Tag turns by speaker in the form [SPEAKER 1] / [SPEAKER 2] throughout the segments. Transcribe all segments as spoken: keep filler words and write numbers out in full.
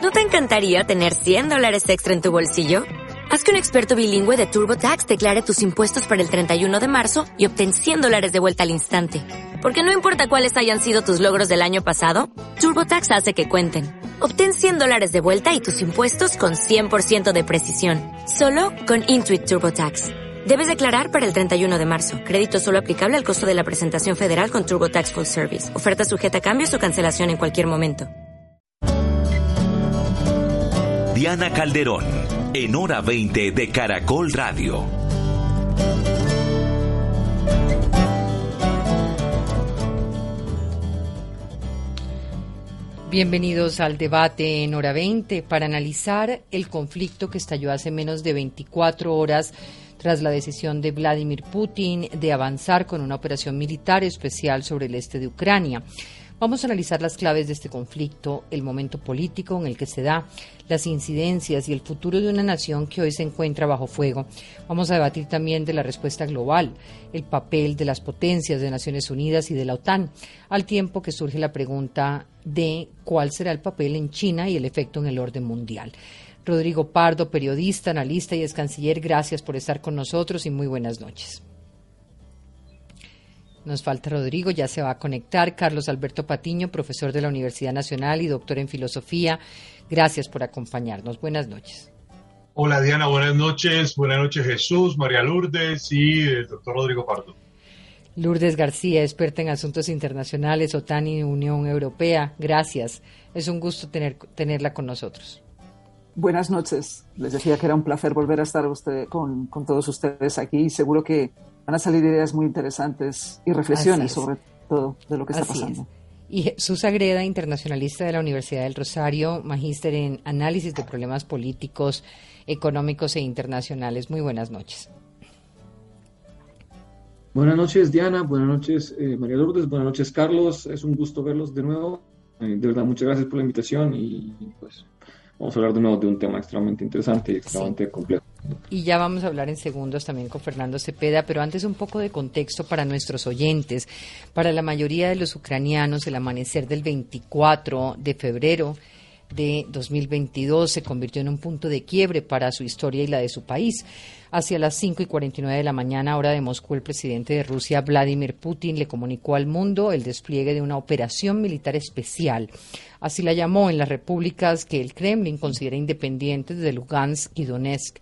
[SPEAKER 1] ¿No te encantaría tener cien dólares extra en tu bolsillo? Haz que un experto bilingüe de TurboTax declare tus impuestos para el treinta y uno de marzo y obtén cien dólares de vuelta al instante. Porque no importa cuáles hayan sido tus logros del año pasado, TurboTax hace que cuenten. Obtén cien dólares de vuelta y tus impuestos con cien por ciento de precisión. Solo con Intuit TurboTax. Debes declarar para el treinta y uno de marzo. Crédito solo aplicable al costo de la presentación federal con TurboTax Full Service. Oferta sujeta a cambios o cancelación en cualquier momento.
[SPEAKER 2] Diana Calderón, en Hora veinte de Caracol Radio.
[SPEAKER 3] Bienvenidos al debate en Hora veinte para analizar el conflicto que estalló hace menos de veinticuatro horas tras la decisión de Vladimir Putin de avanzar con una operación militar especial sobre el este de Ucrania. Vamos a analizar las claves de este conflicto, el momento político en el que se da, las incidencias y el futuro de una nación que hoy se encuentra bajo fuego. Vamos a debatir también de la respuesta global, el papel de las potencias de Naciones Unidas y de la OTAN, al tiempo que surge la pregunta de cuál será el papel en China y el efecto en el orden mundial. Rodrigo Pardo, periodista, analista y ex canciller, gracias por estar con nosotros y muy buenas noches. Nos falta Rodrigo, ya se va a conectar. Carlos Alberto Patiño, profesor de la Universidad Nacional y doctor en Filosofía, gracias por acompañarnos. Buenas noches.
[SPEAKER 4] Hola Diana, buenas noches. Buenas noches Jesús, María Lourdes y el doctor Rodrigo Pardo.
[SPEAKER 3] Lourdes García, experta en asuntos internacionales, OTAN y Unión Europea, gracias. Es un gusto tener, tenerla con nosotros.
[SPEAKER 5] Buenas noches. Les decía que era un placer volver a estar usted, con, con todos ustedes aquí y seguro que van a salir ideas muy interesantes y reflexiones sobre todo de lo que está
[SPEAKER 3] Así
[SPEAKER 5] pasando.
[SPEAKER 3] Es. Y Jesús Agreda, internacionalista de la Universidad del Rosario, magíster en análisis de problemas políticos, económicos e internacionales. Muy buenas noches.
[SPEAKER 6] Buenas noches, Diana. Buenas noches, eh, María Lourdes. Buenas noches, Carlos. Es un gusto verlos de nuevo. Eh, de verdad, muchas gracias por la invitación y pues vamos a hablar de nuevo de un tema extremadamente interesante y extremadamente sí. complejo.
[SPEAKER 3] Y ya vamos a hablar en segundos también con Fernando Cepeda, pero antes un poco de contexto para nuestros oyentes. Para la mayoría de los ucranianos, el amanecer del veinticuatro de febrero de dos mil veintidós se convirtió en un punto de quiebre para su historia y la de su país. Hacia las cinco y cuarenta y nueve de la mañana, hora de Moscú, el presidente de Rusia, Vladimir Putin, le comunicó al mundo el despliegue de una operación militar especial. Así la llamó en las repúblicas que el Kremlin considera independientes de Lugansk y Donetsk.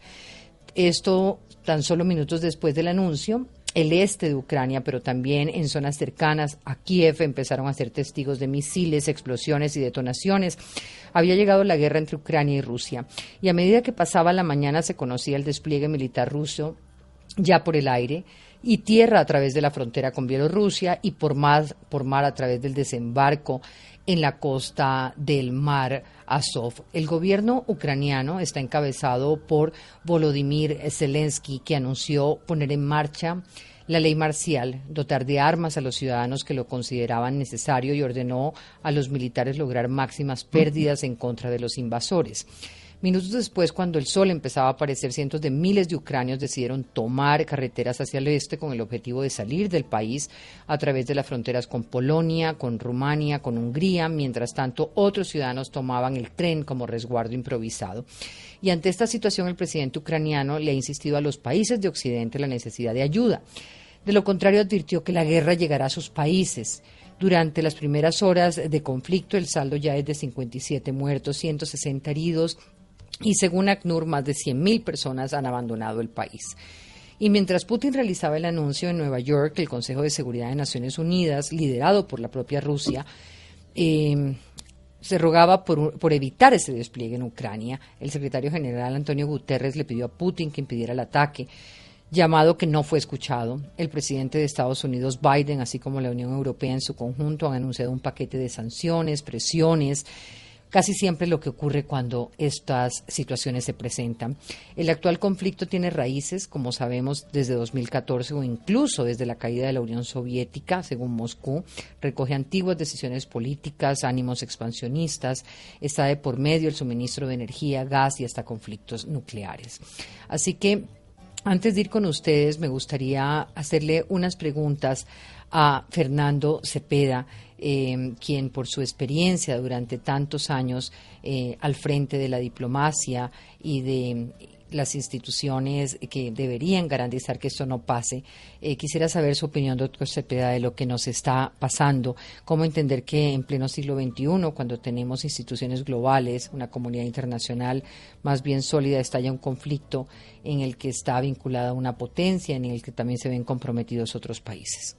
[SPEAKER 3] Esto tan solo minutos después del anuncio. El este de Ucrania, pero también en zonas cercanas a Kiev, empezaron a ser testigos de misiles, explosiones y detonaciones. Había llegado la guerra entre Ucrania y Rusia, y a medida que pasaba la mañana se conocía el despliegue militar ruso ya por el aire y tierra a través de la frontera con Bielorrusia y por mar, por mar a través del desembarco en la costa del mar Azov. El gobierno ucraniano está encabezado por Volodymyr Zelensky, que anunció poner en marcha la ley marcial, dotar de armas a los ciudadanos que lo consideraban necesario y ordenó a los militares lograr máximas pérdidas en contra de los invasores. Minutos después, cuando el sol empezaba a aparecer, cientos de miles de ucranios decidieron tomar carreteras hacia el este con el objetivo de salir del país a través de las fronteras con Polonia, con Rumania, con Hungría. Mientras tanto, otros ciudadanos tomaban el tren como resguardo improvisado. Y ante esta situación, el presidente ucraniano le ha insistido a los países de Occidente la necesidad de ayuda. De lo contrario, advirtió que la guerra llegará a sus países. Durante las primeras horas de conflicto, el saldo ya es de cincuenta y siete muertos, ciento sesenta heridos, y según ACNUR, más de cien mil personas han abandonado el país. Y mientras Putin realizaba el anuncio en Nueva York, el Consejo de Seguridad de Naciones Unidas, liderado por la propia Rusia, eh, se rogaba por, por evitar ese despliegue en Ucrania. El secretario general Antonio Guterres le pidió a Putin que impidiera el ataque, llamado que no fue escuchado. El presidente de Estados Unidos, Biden, así como la Unión Europea en su conjunto, han anunciado un paquete de sanciones, presiones, casi siempre lo que ocurre cuando estas situaciones se presentan. El actual conflicto tiene raíces, como sabemos, desde dos mil catorce o incluso desde la caída de la Unión Soviética, según Moscú. Recoge antiguas decisiones políticas, ánimos expansionistas, está de por medio el suministro de energía, gas y hasta conflictos nucleares. Así que, antes de ir con ustedes, me gustaría hacerle unas preguntas a Fernando Cepeda, eh, quien por su experiencia durante tantos años eh, al frente de la diplomacia y de las instituciones que deberían garantizar que esto no pase. Eh, quisiera saber su opinión, doctor Cepeda, de lo que nos está pasando. ¿Cómo entender que en pleno siglo veintiuno, cuando tenemos instituciones globales, una comunidad internacional más bien sólida, estalla un conflicto en el que está vinculada una potencia, en el que también se ven comprometidos otros países?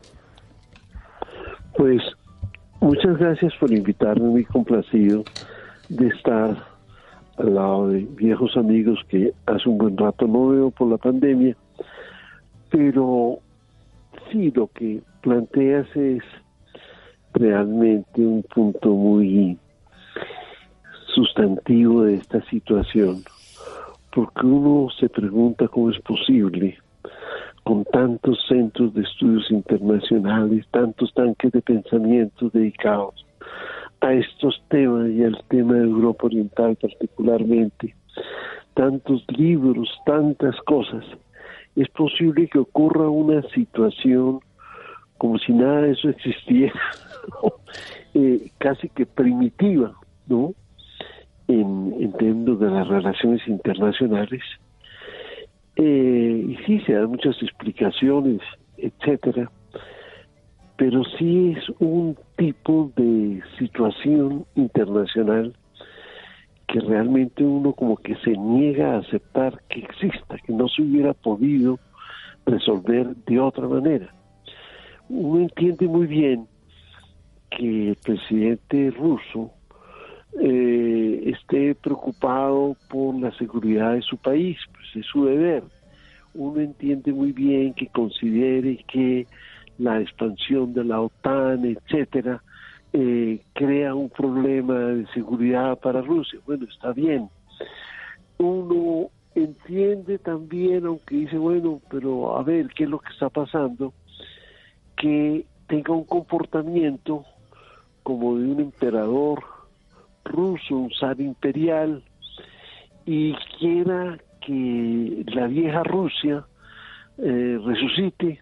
[SPEAKER 7] Pues muchas gracias por invitarme, muy complacido de estar al lado de viejos amigos que hace un buen rato no veo por la pandemia, pero sí, lo que planteas es realmente un punto muy sustantivo de esta situación, porque uno se pregunta cómo es posible, con tantos centros de estudios internacionales, tantos tanques de pensamiento dedicados a estos temas y al tema de Europa Oriental particularmente, tantos libros, tantas cosas, es posible que ocurra una situación como si nada de eso existiera, eh, casi que primitiva, ¿no? En, en términos de las relaciones internacionales. Eh, y sí, se dan muchas explicaciones, etcétera, pero sí es un tipo de situación internacional que realmente uno como que se niega a aceptar que exista, que no se hubiera podido resolver de otra manera. Uno entiende muy bien que el presidente ruso eh, esté preocupado por la seguridad de su país, pues es su deber. Uno entiende muy bien que considere que la expansión de la OTAN, etcétera, eh, crea un problema de seguridad para Rusia. Bueno, está bien. Uno entiende también, aunque dice, bueno, pero a ver, ¿qué es lo que está pasando? Que tenga un comportamiento como de un emperador ruso, un zar imperial, y quiera que la vieja Rusia eh, resucite,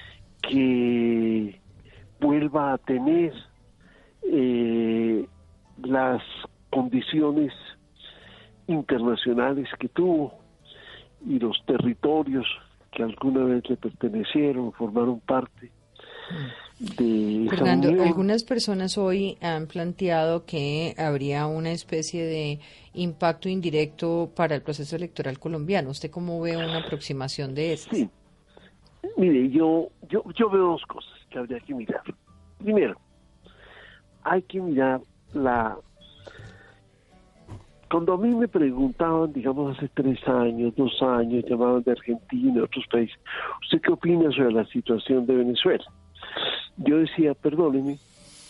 [SPEAKER 7] que vuelva a tener eh, las condiciones internacionales que tuvo y los territorios que alguna vez le pertenecieron, formaron parte de esa
[SPEAKER 3] Fernando,
[SPEAKER 7] unión.
[SPEAKER 3] algunas personas hoy han planteado que habría una especie de impacto indirecto para el proceso electoral colombiano. ¿Usted cómo ve una aproximación de esas?
[SPEAKER 7] Sí. Mire, yo, yo, yo veo dos cosas que habría que mirar. Primero, hay que mirar la... Cuando a mí me preguntaban, digamos, hace tres años, dos años, llamaban de Argentina, de otros países, ¿usted qué opina sobre la situación de Venezuela? Yo decía, perdóneme,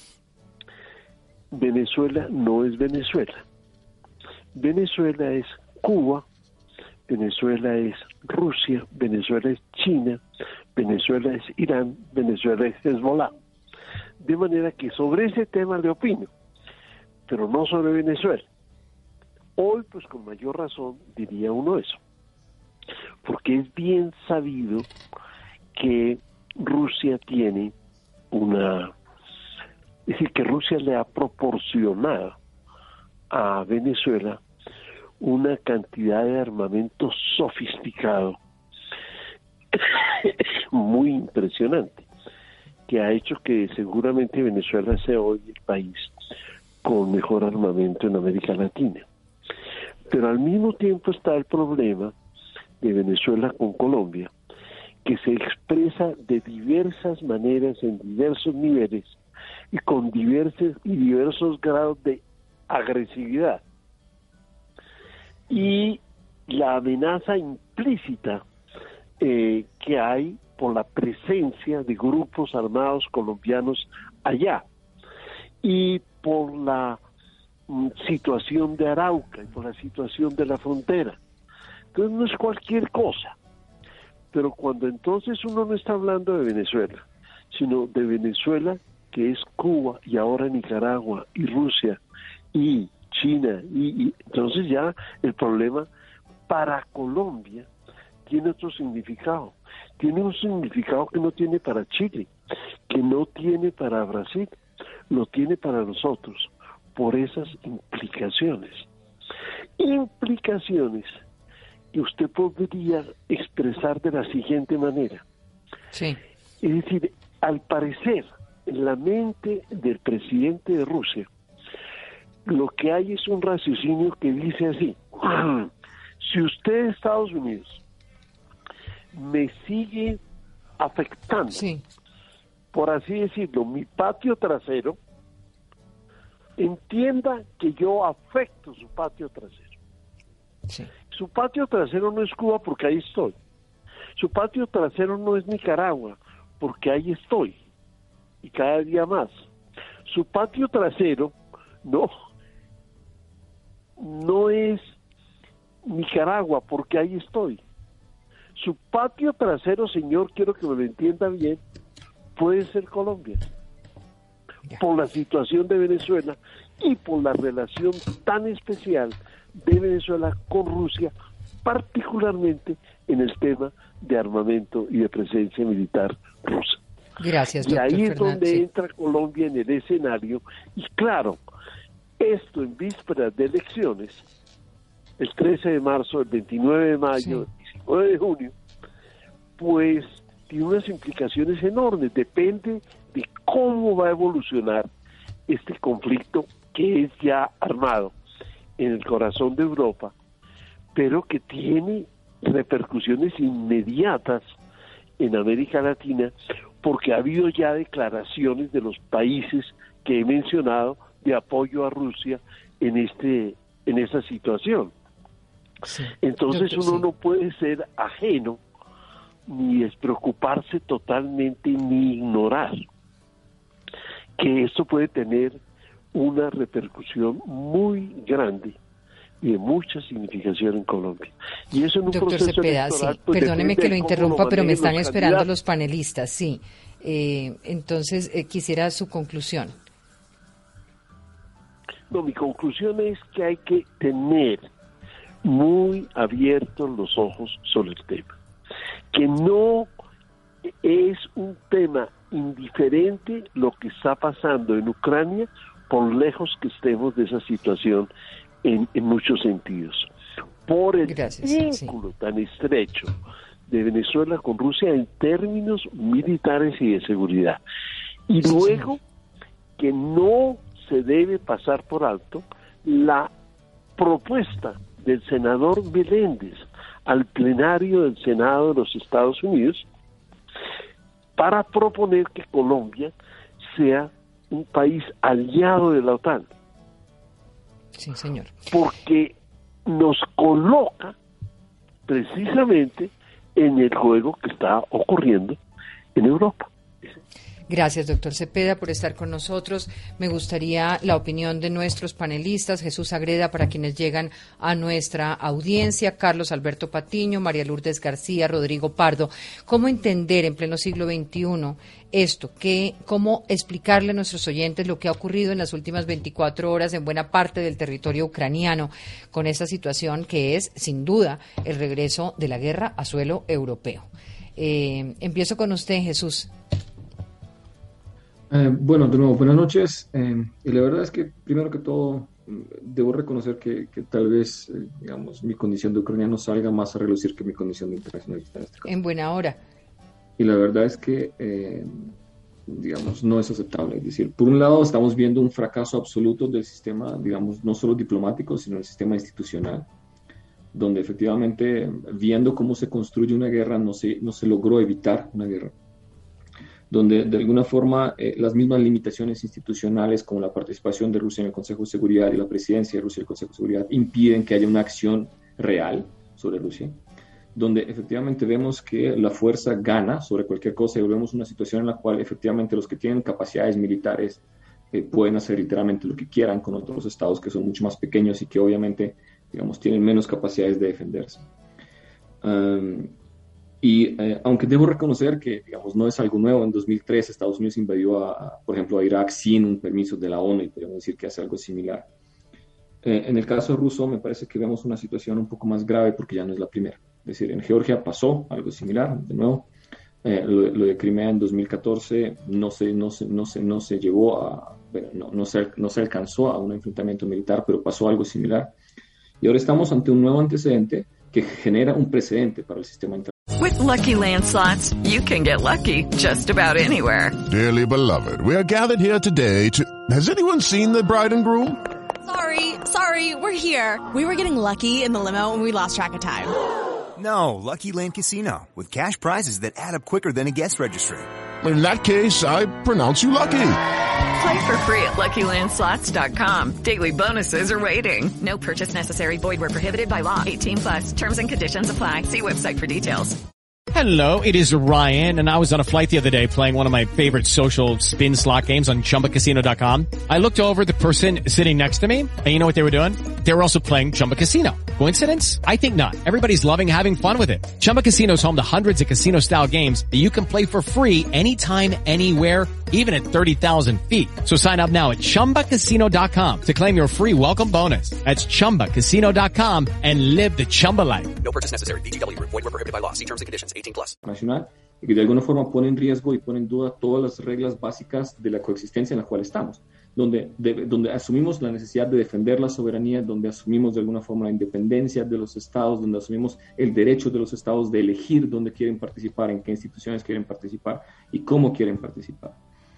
[SPEAKER 7] Venezuela no es Venezuela. Venezuela es Cuba, Venezuela es Rusia, Venezuela es China, Venezuela es Irán, Venezuela es Hezbollah. De manera que sobre ese tema le opino, pero no sobre Venezuela. Hoy, pues con mayor razón, diría uno eso, porque es bien sabido que Rusia tiene una... Es decir, que Rusia le ha proporcionado a Venezuela una cantidad de armamento sofisticado muy impresionante, que ha hecho que seguramente Venezuela sea hoy el país con mejor armamento en América Latina. Pero al mismo tiempo está el problema de Venezuela con Colombia, que se expresa de diversas maneras, en diversos niveles, y con diversos y diversos grados de agresividad. Y la amenaza implícita eh, que hay por la presencia de grupos armados colombianos allá, y por la mm, situación de Arauca, y por la situación de la frontera. Entonces no es cualquier cosa. Pero cuando entonces uno no está hablando de Venezuela, sino de Venezuela, que es Cuba, y ahora Nicaragua, y Rusia, y China, y, y entonces ya el problema para Colombia tiene otro significado. Tiene un significado que no tiene para Chile, que no tiene para Brasil, lo tiene para nosotros, por esas implicaciones. Implicaciones que usted podría expresar de la siguiente manera.
[SPEAKER 3] Sí.
[SPEAKER 7] Es decir, al parecer, en la mente del presidente de Rusia, lo que hay es un raciocinio que dice así: si usted, Estados Unidos, me sigue afectando,
[SPEAKER 3] sí.
[SPEAKER 7] por así decirlo, mi patio trasero, entienda que yo afecto su patio trasero.
[SPEAKER 3] Sí.
[SPEAKER 7] Su patio trasero no es Cuba porque ahí estoy. Su patio trasero no es Nicaragua porque ahí estoy. Y cada día más. Su patio trasero no, no es Nicaragua porque ahí estoy. Su patio trasero, señor, quiero que me lo entienda bien, puede ser Colombia. Por la situación de Venezuela y por la relación tan especial de Venezuela con Rusia, particularmente en el tema de armamento y de presencia militar rusa.
[SPEAKER 3] Gracias,
[SPEAKER 7] y
[SPEAKER 3] doctor
[SPEAKER 7] ahí es
[SPEAKER 3] Fernández,
[SPEAKER 7] donde
[SPEAKER 3] sí.
[SPEAKER 7] entra Colombia en el escenario, y claro, esto en vísperas de elecciones, el trece de marzo, el veintinueve de mayo,
[SPEAKER 3] Sí.
[SPEAKER 7] el diecinueve de junio, pues tiene unas implicaciones enormes, depende de cómo va a evolucionar este conflicto que es ya armado en el corazón de Europa, pero que tiene repercusiones inmediatas en América Latina, porque ha habido ya declaraciones de los países que he mencionado de apoyo a Rusia en este en esa situación.
[SPEAKER 3] Sí.
[SPEAKER 7] Entonces
[SPEAKER 3] Doctor,
[SPEAKER 7] uno
[SPEAKER 3] sí.
[SPEAKER 7] no puede ser ajeno, ni despreocuparse totalmente, ni ignorar que esto puede tener una repercusión muy grande y de mucha significación en Colombia. Y eso en un
[SPEAKER 3] Doctor
[SPEAKER 7] proceso
[SPEAKER 3] Cepeda,
[SPEAKER 7] electoral,
[SPEAKER 3] sí,
[SPEAKER 7] pues,
[SPEAKER 3] perdóneme
[SPEAKER 7] depende
[SPEAKER 3] que lo
[SPEAKER 7] de cómo
[SPEAKER 3] interrumpa, pero me
[SPEAKER 7] manejen
[SPEAKER 3] están
[SPEAKER 7] los
[SPEAKER 3] esperando
[SPEAKER 7] candidatos.
[SPEAKER 3] los panelistas, sí. Eh, entonces, eh, quisiera su conclusión.
[SPEAKER 7] No, mi conclusión es que hay que tener muy abiertos los ojos sobre el tema. Que no es un tema indiferente lo que está pasando en Ucrania, por lejos que estemos de esa situación en, en muchos sentidos. Por el
[SPEAKER 3] Gracias,
[SPEAKER 7] vínculo tan estrecho de Venezuela con Rusia en términos militares y de seguridad. Y
[SPEAKER 3] Sí,
[SPEAKER 7] luego que no se debe pasar por alto la propuesta del senador Meléndez al plenario del Senado de los Estados Unidos para proponer que Colombia sea un país aliado de la OTAN,
[SPEAKER 3] Sí, señor.
[SPEAKER 7] porque nos coloca precisamente en el juego que está ocurriendo en Europa.
[SPEAKER 3] Gracias, doctor Cepeda, por estar con nosotros. Me gustaría la opinión de nuestros panelistas, Jesús Agreda, para quienes llegan a nuestra audiencia, Carlos Alberto Patiño, María Lourdes García, Rodrigo Pardo. ¿Cómo entender en pleno siglo veintiuno esto? ¿Qué, ¿Cómo explicarle a nuestros oyentes lo que ha ocurrido en las últimas veinticuatro horas en buena parte del territorio ucraniano con esta situación que es, sin duda, el regreso de la guerra a suelo europeo? Eh, empiezo con usted, Jesús.
[SPEAKER 6] Eh, bueno, de nuevo, buenas noches. Eh, y la verdad es que, primero que todo, debo reconocer que, que tal vez, eh, digamos, mi condición de ucraniano salga más a relucir que mi condición de internacionalista en este caso.
[SPEAKER 3] En buena hora.
[SPEAKER 6] Y la verdad es que, eh, digamos, no es aceptable. Es decir, por un lado, estamos viendo un fracaso absoluto del sistema, digamos, no solo diplomático, sino el sistema institucional, donde efectivamente, viendo cómo se construye una guerra, no se, no se logró evitar una guerra, donde de alguna forma eh, las mismas limitaciones institucionales como la participación de Rusia en el Consejo de Seguridad y la presidencia de Rusia en el Consejo de Seguridad impiden que haya una acción real sobre Rusia, donde efectivamente vemos que la fuerza gana sobre cualquier cosa y vemos una situación en la cual efectivamente los que tienen capacidades militares eh, pueden hacer literalmente lo que quieran con otros estados que son mucho más pequeños y que obviamente, digamos, tienen menos capacidades de defenderse. Um, Y eh, aunque debo reconocer que, digamos, no es algo nuevo, en dos mil tres Estados Unidos invadió, a, a, por ejemplo, a Irak sin un permiso de la ONU y podríamos decir que hace algo similar. Eh, en el caso ruso me parece que vemos una situación un poco más grave porque ya no es la primera. decir, en Georgia pasó algo similar, de nuevo. Eh, lo, lo de Crimea en dos mil catorce no se, no se, no se, no se llegó a, bueno, no, no, se, no se alcanzó a un enfrentamiento militar, pero pasó algo similar. Y ahora estamos ante un nuevo antecedente que genera un precedente para el sistema internacional.
[SPEAKER 8] With Lucky Land Slots, you can get lucky just about anywhere.
[SPEAKER 9] Dearly beloved, we are gathered here today to... Has anyone seen the bride and groom?
[SPEAKER 10] Sorry, sorry, we're here. We were getting lucky in the limo and we lost track of time.
[SPEAKER 11] No, Lucky Land Casino, with cash prizes that add up quicker than a guest registry.
[SPEAKER 9] In that case, I pronounce you lucky.
[SPEAKER 8] Play for free at Lucky Land Slots dot com. Daily bonuses are waiting. No purchase necessary. Void where prohibited by law. eighteen plus. Terms and conditions apply. See website for details.
[SPEAKER 12] Hello, it is Ryan, and I was on a flight the other day playing one of my favorite social spin slot games on Chumba Casino dot com. I looked over at the person sitting next to me, and you know what they were doing? They were also playing Chumba Casino. Coincidence? I think not. Everybody's loving having fun with it. Chumba Casino is home to hundreds of casino-style games that you can play for free anytime, anywhere, even at thirty thousand feet. So sign up now at Chumba Casino dot com to claim your free welcome bonus. That's Chumba Casino dot com and live the Chumba life.
[SPEAKER 13] No purchase necessary. V G W. Void where prohibited by law. See terms and conditions. eighteen plus.
[SPEAKER 6] Nacional, y que de alguna forma pone en riesgo y pone en duda todas las reglas básicas de la coexistencia en la cual estamos, donde, de, donde asumimos la necesidad de defender la soberanía, donde asumimos de alguna forma la independencia de los estados, donde asumimos el derecho de los estados de elegir dónde quieren participar, en qué instituciones quieren participar y cómo quieren participar.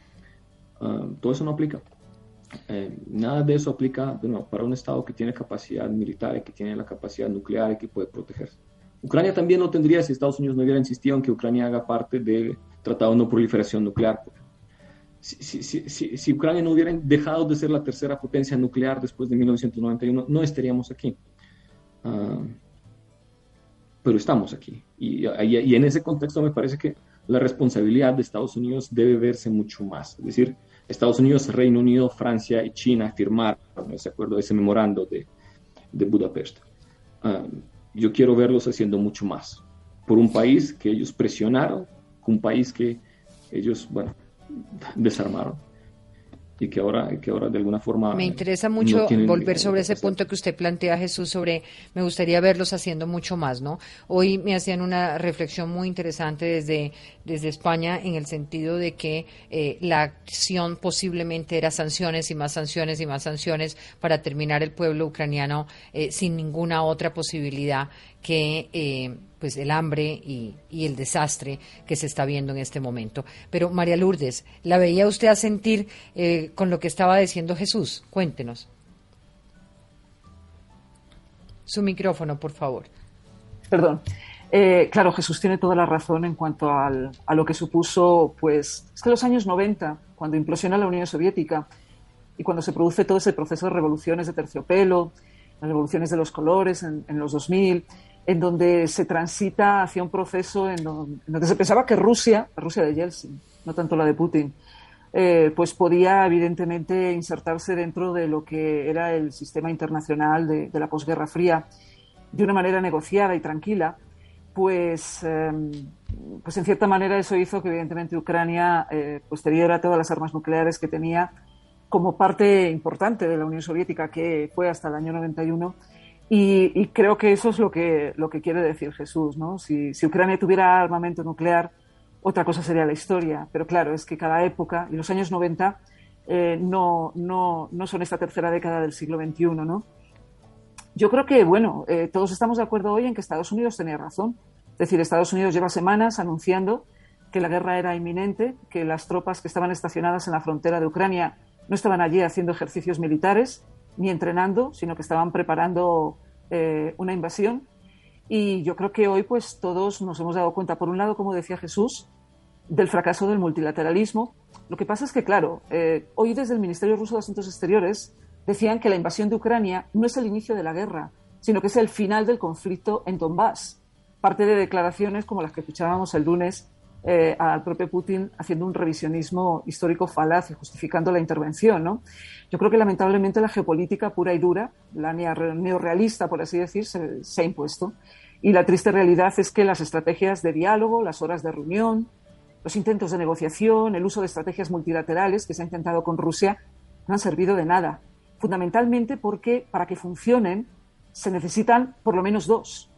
[SPEAKER 6] Uh, todo eso no aplica. Eh, nada de eso aplica bueno, para un estado que tiene capacidad militar y que tiene la capacidad nuclear y que puede protegerse. Ucrania también lo tendría si Estados Unidos no hubiera insistido en que Ucrania haga parte del Tratado de No Proliferación Nuclear. Si, si, si, si, si Ucrania no hubiera dejado de ser la tercera potencia nuclear después de mil novecientos noventa y uno, no estaríamos aquí. Uh, pero estamos aquí. Y, y, y en ese contexto me parece que la responsabilidad de Estados Unidos debe verse mucho más. Es decir, Estados Unidos, Reino Unido, Francia y China firmaron ese acuerdo, ese memorando de, de Budapest. Uh, Yo quiero verlos haciendo mucho más por un país que ellos presionaron, un país que ellos, bueno, desarmaron y que ahora, que ahora de alguna forma...
[SPEAKER 3] Me interesa mucho
[SPEAKER 6] no
[SPEAKER 3] volver sobre ese punto que usted plantea, Jesús, sobre me gustaría verlos haciendo mucho más, ¿no? Hoy me hacían una reflexión muy interesante desde, desde España en el sentido de que eh, la acción posiblemente era sanciones y más sanciones y más sanciones para terminar el pueblo ucraniano eh, sin ninguna otra posibilidad que eh, pues el hambre y, y el desastre que se está viendo en este momento. Pero María Lourdes, ¿la veía usted a sentir eh, con lo que estaba diciendo Jesús? Cuéntenos. Su micrófono, por favor.
[SPEAKER 5] Perdón. Eh, claro, Jesús tiene toda la razón en cuanto al, a lo que supuso, pues, es que los años noventa, cuando implosiona la Unión Soviética y cuando se produce todo ese proceso de revoluciones de terciopelo, las revoluciones de los colores en, en los dos mil, en donde se transita hacia un proceso en donde, en donde se pensaba que Rusia, la Rusia de Yeltsin, no tanto la de Putin, eh, pues podía evidentemente insertarse dentro de lo que era el sistema internacional de, de la posguerra fría de una manera negociada y tranquila, pues, eh, pues en cierta manera eso hizo que evidentemente Ucrania eh, pues cediera todas las armas nucleares que tenía como parte importante de la Unión Soviética, que fue hasta el año noventa y uno. Y, y creo que eso es lo que, lo que quiere decir Jesús, ¿no? Si, si Ucrania tuviera armamento nuclear, otra cosa sería la historia. Pero claro, es que cada época, y los años noventa eh, no, no, no son esta tercera década del siglo veintiuno, ¿no? Yo creo que, bueno, eh, todos estamos de acuerdo hoy en que Estados Unidos tenía razón. Es decir, Estados Unidos lleva semanas anunciando que la guerra era inminente, que las tropas que estaban estacionadas en la frontera de Ucrania no estaban allí haciendo ejercicios militares ni entrenando, sino que estaban preparando eh, una invasión. Y yo creo que hoy pues todos nos hemos dado cuenta, por un lado, como decía Jesús, del fracaso del multilateralismo. Lo que pasa es que, claro, eh, hoy desde el Ministerio Ruso de Asuntos Exteriores decían que la invasión de Ucrania no es el inicio de la guerra, sino que es el final del conflicto en Donbass. Parte de declaraciones como las que escuchábamos el lunes Eh, al propio Putin haciendo un revisionismo histórico falaz y justificando la intervención, ¿no? Yo creo que lamentablemente la geopolítica pura y dura, la neorrealista, por así decir, se, se ha impuesto. Y la triste realidad es que las estrategias de diálogo, las horas de reunión, los intentos de negociación, el uso de estrategias multilaterales que se ha intentado con Rusia no han servido de nada. Fundamentalmente porque para que funcionen se necesitan por lo menos dos.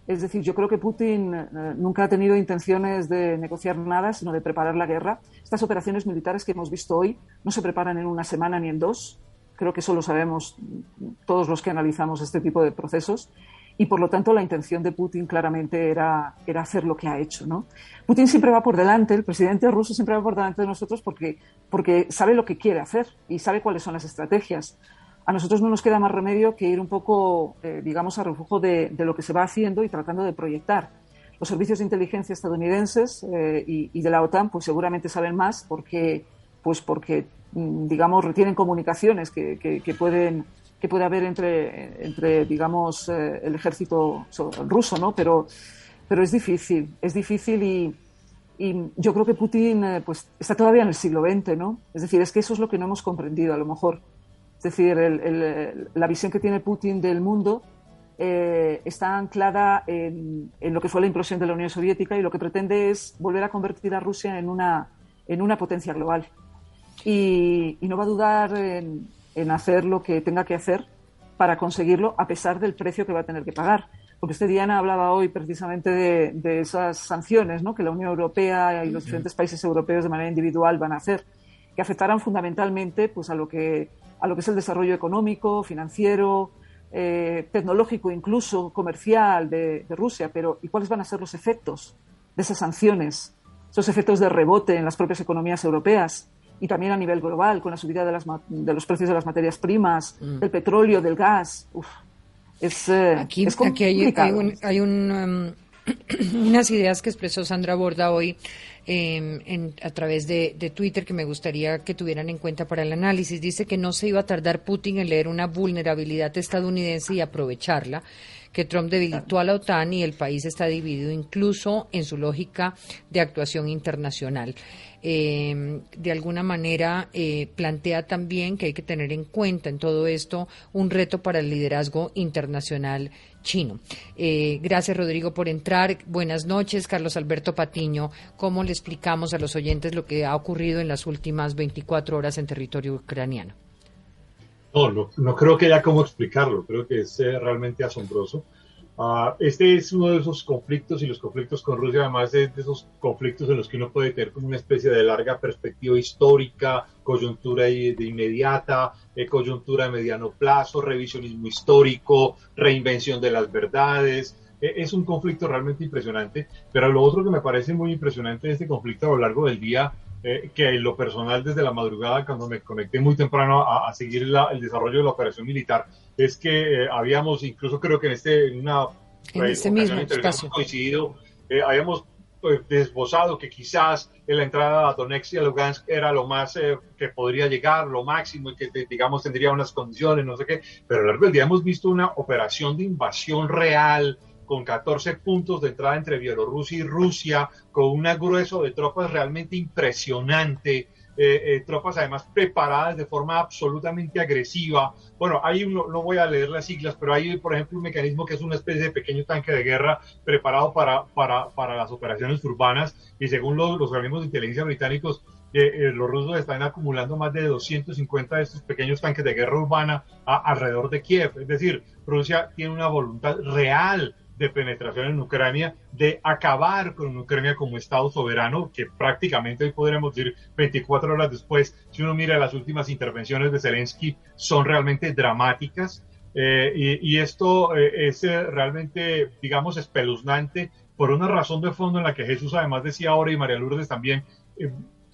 [SPEAKER 5] Es decir, yo creo que Putin eh, nunca ha tenido intenciones de negociar nada, sino de preparar la guerra. Estas operaciones militares que hemos visto hoy no se preparan en una semana ni en dos. Creo que eso lo sabemos todos los que analizamos este tipo de procesos. Y, por lo tanto, la intención de Putin claramente era, era hacer lo que ha hecho, ¿no? Putin siempre va por delante, el presidente ruso siempre va por delante de nosotros porque, porque sabe lo que quiere hacer y sabe cuáles son las estrategias. A nosotros no nos queda más remedio que ir un poco, eh, digamos, a refugio de, de lo que se va haciendo y tratando de proyectar. Los servicios de inteligencia estadounidenses eh, y, y de la OTAN, pues seguramente saben más porque, pues porque digamos, retienen comunicaciones que, que, que pueden que puede haber entre, entre digamos, eh, el ejército ruso, ¿no? Pero, pero es difícil, es difícil y, y yo creo que Putin eh, pues está todavía en el siglo veinte, ¿no? Es decir, es que eso es lo que no hemos comprendido, a lo mejor. Es decir, el, el, la visión que tiene Putin del mundo eh, está anclada en, en lo que fue la implosión de la Unión Soviética y lo que pretende es volver a convertir a Rusia en una, en una potencia global. Y, y no va a dudar en, en hacer lo que tenga que hacer para conseguirlo, a pesar del precio que va a tener que pagar. Porque usted, Diana, hablaba hoy precisamente de, de esas sanciones, ¿no?, que la Unión Europea y los uh-huh. diferentes países europeos de manera individual van a hacer, que afectarán fundamentalmente pues, a lo que, a lo que es el desarrollo económico, financiero, eh, tecnológico, incluso comercial de, de Rusia. Pero ¿y cuáles van a ser los efectos de esas sanciones? Esos efectos de rebote en las propias economías europeas y también a nivel global, con la subida de, las, de los precios de las materias primas, mm. del petróleo, del gas. Uf, es, eh,
[SPEAKER 3] aquí,
[SPEAKER 5] es
[SPEAKER 3] aquí hay, hay, un, hay un, um, unas ideas que expresó Sandra Borda hoy eh, en, a través de, de Twitter que me gustaría que tuvieran en cuenta para el análisis. Dice que no se iba a tardar Putin en leer una vulnerabilidad estadounidense y aprovecharla, que Trump debilitó a la OTAN y el país está dividido incluso en su lógica de actuación internacional. Eh, de alguna manera eh, plantea también que hay que tener en cuenta en todo esto un reto para el liderazgo internacional chino. Eh, gracias, Rodrigo, por entrar. Buenas noches, Carlos Alberto Patiño. ¿Cómo le explicamos a los oyentes lo que ha ocurrido en las últimas veinticuatro horas en territorio ucraniano?
[SPEAKER 4] No, no, no creo que haya cómo explicarlo. Creo que es eh, realmente asombroso. Uh, este es uno de esos conflictos, y los conflictos con Rusia además es de esos conflictos en los que uno puede tener como una especie de larga perspectiva histórica, coyuntura de inmediata, eh, coyuntura de mediano plazo, revisionismo histórico, reinvención de las verdades. Eh, es un conflicto realmente impresionante, pero lo otro que me parece muy impresionante de este conflicto a lo largo del día, eh, que en lo personal desde la madrugada, cuando me conecté muy temprano a, a seguir la, el desarrollo de la operación militar, es que eh, habíamos, incluso creo que en este en una
[SPEAKER 3] en este mismo espacio
[SPEAKER 4] coincidido, eh, habíamos pues, desbozado que quizás en la entrada a Donetsk y a Lugansk era lo más eh, que podría llegar, lo máximo, y que digamos tendría unas condiciones, no sé qué, pero a lo largo del día hemos visto una operación de invasión real con catorce puntos de entrada entre Bielorrusia y Rusia, con un grueso de tropas realmente impresionante. Eh, eh, tropas además preparadas de forma absolutamente agresiva. Bueno, hay uno, no voy a leer las siglas, pero hay, por ejemplo, un mecanismo que es una especie de pequeño tanque de guerra preparado para, para, para las operaciones urbanas, y según los, los organismos de inteligencia británicos, eh, eh, los rusos están acumulando más de doscientos cincuenta de estos pequeños tanques de guerra urbana a, alrededor de Kiev. Es decir, Rusia tiene una voluntad real de penetración en Ucrania, de acabar con Ucrania como Estado soberano, que prácticamente hoy podríamos decir veinticuatro horas después, si uno mira las últimas intervenciones de Zelensky, son realmente dramáticas, eh, y, y esto eh, es eh, realmente, digamos, espeluznante por una razón de fondo en la que Jesús además decía ahora, y María Lourdes también. eh,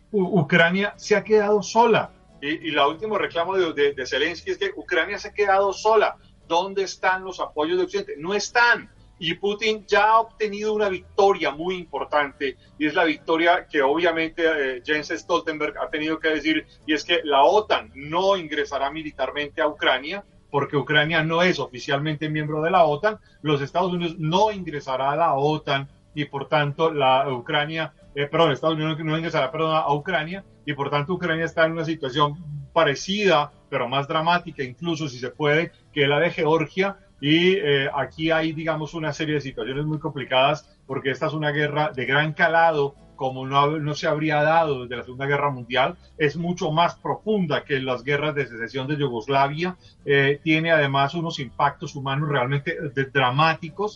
[SPEAKER 4] Ucrania se ha quedado sola, y, y la último reclamo de, de, de Zelensky es que Ucrania se ha quedado sola. ¿Dónde están los apoyos de Occidente? No están. Y Putin ya ha obtenido una victoria muy importante, y es la victoria que obviamente eh, Jens Stoltenberg ha tenido que decir, y es que la OTAN no ingresará militarmente a Ucrania, porque Ucrania no es oficialmente miembro de la OTAN, los Estados Unidos no ingresará a la OTAN, y por tanto la Ucrania, eh, perdón, Estados Unidos no ingresará perdón, a Ucrania, y por tanto Ucrania está en una situación parecida, pero más dramática incluso, si se puede, que la de Georgia. Y eh, aquí hay, digamos, una serie de situaciones muy complicadas, porque esta es una guerra de gran calado, como no, no se habría dado desde la Segunda Guerra Mundial. Es mucho más profunda que las guerras de secesión de Yugoslavia. Eh, tiene además unos impactos humanos realmente de, dramáticos.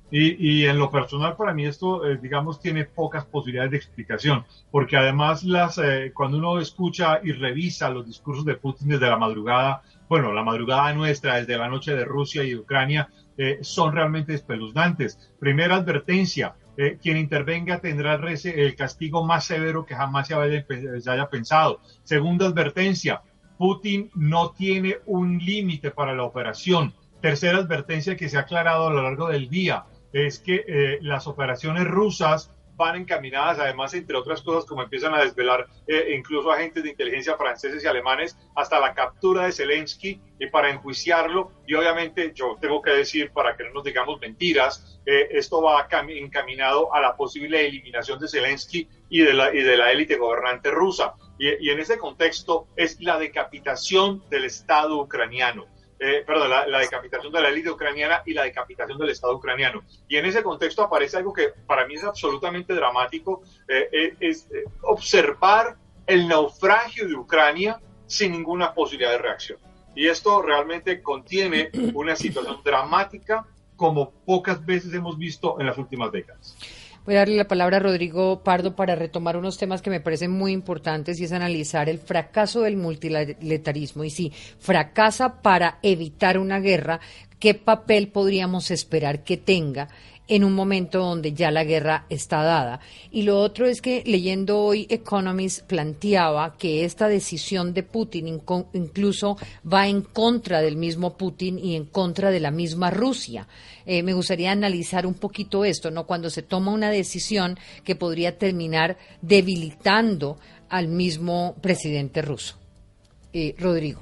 [SPEAKER 4] Y, y en lo personal, para mí esto, eh, digamos, tiene pocas posibilidades de explicación, porque además las, eh, cuando uno escucha y revisa los discursos de Putin desde la madrugada, bueno, la madrugada nuestra, desde la noche de Rusia y Ucrania, eh, son realmente espeluznantes. Primera advertencia, eh, quien intervenga tendrá el, el castigo más severo que jamás se haya, se haya pensado. Segunda advertencia, Putin no tiene un límite para la operación. Tercera advertencia que se ha aclarado a lo largo del día, es que eh, las operaciones rusas van encaminadas, además, entre otras cosas, como empiezan a desvelar eh, incluso agentes de inteligencia franceses y alemanes, hasta la captura de Zelensky y para enjuiciarlo. Y obviamente, yo tengo que decir, para que no nos digamos mentiras, eh, esto va encaminado a la posible eliminación de Zelensky y de la, y de la élite gobernante rusa. Y, y en ese contexto es la decapitación del Estado ucraniano. Eh, perdón, la, la decapitación de la élite ucraniana y la decapitación del Estado ucraniano. Y en ese contexto aparece algo que para mí es absolutamente dramático, eh, eh, es eh, observar el naufragio de Ucrania sin ninguna posibilidad de reacción. Y esto realmente contiene una situación dramática como pocas veces hemos visto en las últimas décadas.
[SPEAKER 3] Voy a darle la palabra a Rodrigo Pardo para retomar unos temas que me parecen muy importantes y es analizar el fracaso del multilateralismo. Y si fracasa para evitar una guerra, ¿qué papel podríamos esperar que tenga en un momento donde ya la guerra está dada? Y lo otro es que leyendo hoy Economist planteaba que esta decisión de Putin incluso va en contra del mismo Putin y en contra de la misma Rusia. Eh, me gustaría analizar un poquito esto, ¿no? Cuando se toma una decisión que podría terminar debilitando al mismo presidente ruso. Eh, Rodrigo.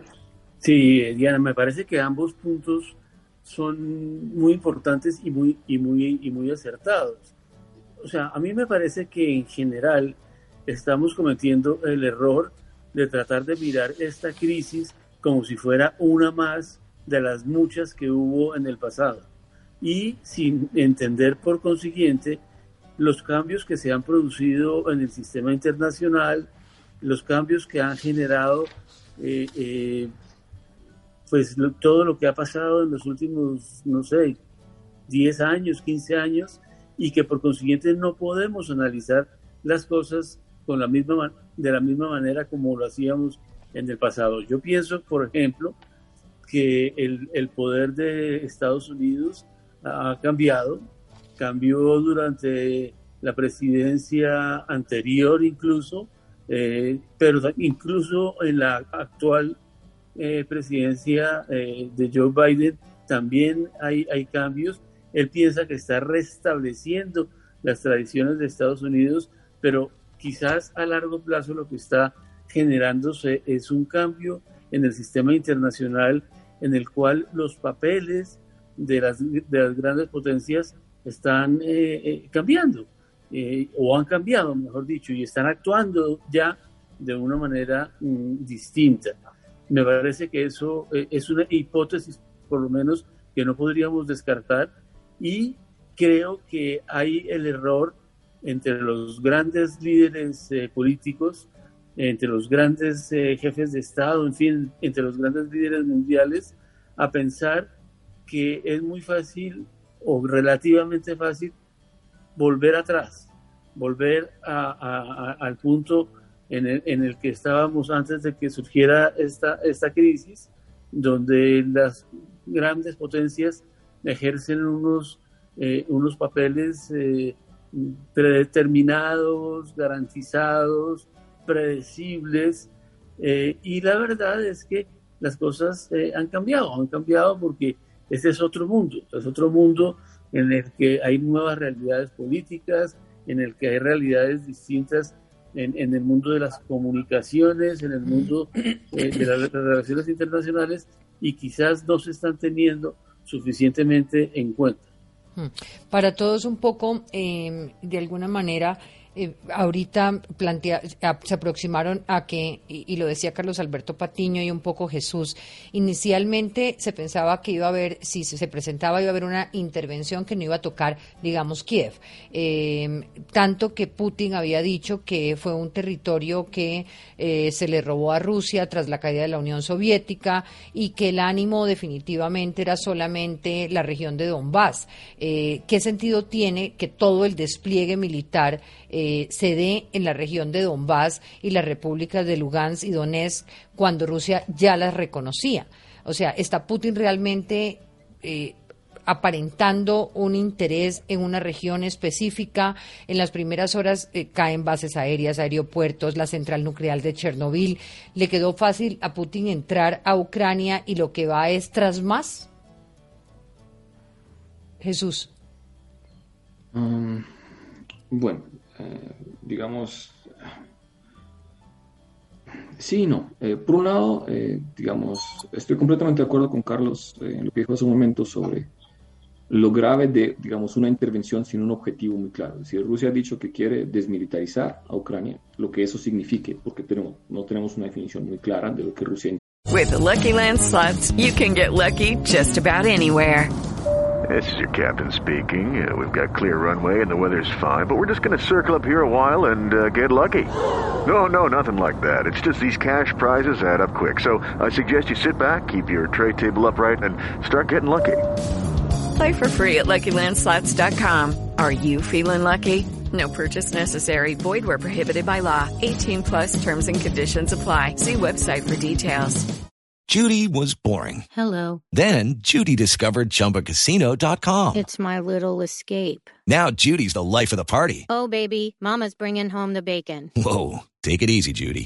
[SPEAKER 14] Sí, Diana, me parece que ambos puntos son muy importantes y muy y muy y muy acertados. O sea, a mí me parece que en general estamos cometiendo el error de tratar de mirar esta crisis como si fuera una más de las muchas que hubo en el pasado y sin entender por consiguiente los cambios que se han producido en el sistema internacional, los cambios que han generado eh, eh, pues lo, todo lo que ha pasado en los últimos, no sé, diez años, quince años, y que por consiguiente no podemos analizar las cosas con la misma, de la misma manera como lo hacíamos en el pasado. Yo pienso, por ejemplo, que el, el poder de Estados Unidos ha cambiado, cambió durante la presidencia anterior incluso, eh, pero incluso en la actual Eh, presidencia eh, de Joe Biden también hay, hay cambios. Él piensa que está restableciendo las tradiciones de Estados Unidos, pero quizás a largo plazo lo que está generándose es un cambio en el sistema internacional en el cual los papeles de las, de las grandes potencias están eh, eh, cambiando eh, o han cambiado, mejor dicho, y están actuando ya de una manera mm, distinta. Me parece que eso eh, es una hipótesis, por lo menos, que no podríamos descartar, y creo que hay el error entre los grandes líderes eh, políticos, entre los grandes eh, jefes de Estado, en fin, entre los grandes líderes mundiales, a pensar que es muy fácil o relativamente fácil volver atrás, volver a, a, a, al punto En el, en el que estábamos antes de que surgiera esta, esta crisis, donde las grandes potencias ejercen unos, eh, unos papeles eh, predeterminados, garantizados, predecibles, eh, y la verdad es que las cosas eh, han cambiado, han cambiado porque este es otro mundo, es otro mundo en el que hay nuevas realidades políticas, en el que hay realidades distintas En, en el mundo de las comunicaciones, en el mundo eh, de las relaciones internacionales, y quizás no se están teniendo suficientemente en cuenta.
[SPEAKER 3] Para todos un poco, eh, de alguna manera, Eh, ahorita plantea, a, se aproximaron a que, y, y lo decía Carlos Alberto Patiño y un poco Jesús, inicialmente se pensaba que iba a haber, si se presentaba, iba a haber una intervención que no iba a tocar, digamos, Kiev. Eh, tanto que Putin había dicho que fue un territorio que eh, se le robó a Rusia tras la caída de la Unión Soviética y que el ánimo definitivamente era solamente la región de Donbass. Eh, ¿Qué sentido tiene que todo el despliegue militar Eh, se dé en la región de Donbass y las repúblicas de Lugansk y Donetsk cuando Rusia ya las reconocía? O sea, ¿está Putin realmente eh, aparentando un interés en una región específica? En las primeras horas eh, caen bases aéreas, aeropuertos, la central nuclear de Chernobyl. ¿Le quedó fácil a Putin entrar a Ucrania y lo que va es tras más? Jesús.
[SPEAKER 6] Um, bueno. Eh, digamos, sí y no. Eh, por un lado, eh, digamos, estoy completamente de acuerdo con Carlos eh, en lo que dijo hace un momento sobre lo grave de, digamos, una intervención sin un objetivo muy claro. Es decir, Rusia ha dicho que quiere desmilitarizar a Ucrania, lo que eso signifique, porque tenemos, no tenemos una definición muy clara de lo que Rusia.
[SPEAKER 8] With the Lucky Land Slots, you can get lucky just about anywhere.
[SPEAKER 15] This is your captain speaking. Uh, we've got clear runway and the weather's fine, but we're just going to circle up here a while and uh, get lucky. No, no, nothing like that. It's just these cash prizes add up quick. So I suggest you sit back, keep your tray table upright, and start getting lucky.
[SPEAKER 8] Play for free at Lucky Land Slots dot com. Are you feeling lucky? No purchase necessary. Void where prohibited by law. eighteen plus terms and conditions apply. See website for details.
[SPEAKER 16] Judy was boring.
[SPEAKER 17] Hello.
[SPEAKER 16] Then Judy discovered Chumba Casino dot com.
[SPEAKER 17] It's my little escape.
[SPEAKER 16] Now Judy's the life of the party.
[SPEAKER 17] Oh, baby, mama's bringing home the bacon.
[SPEAKER 16] Whoa, take it easy, Judy.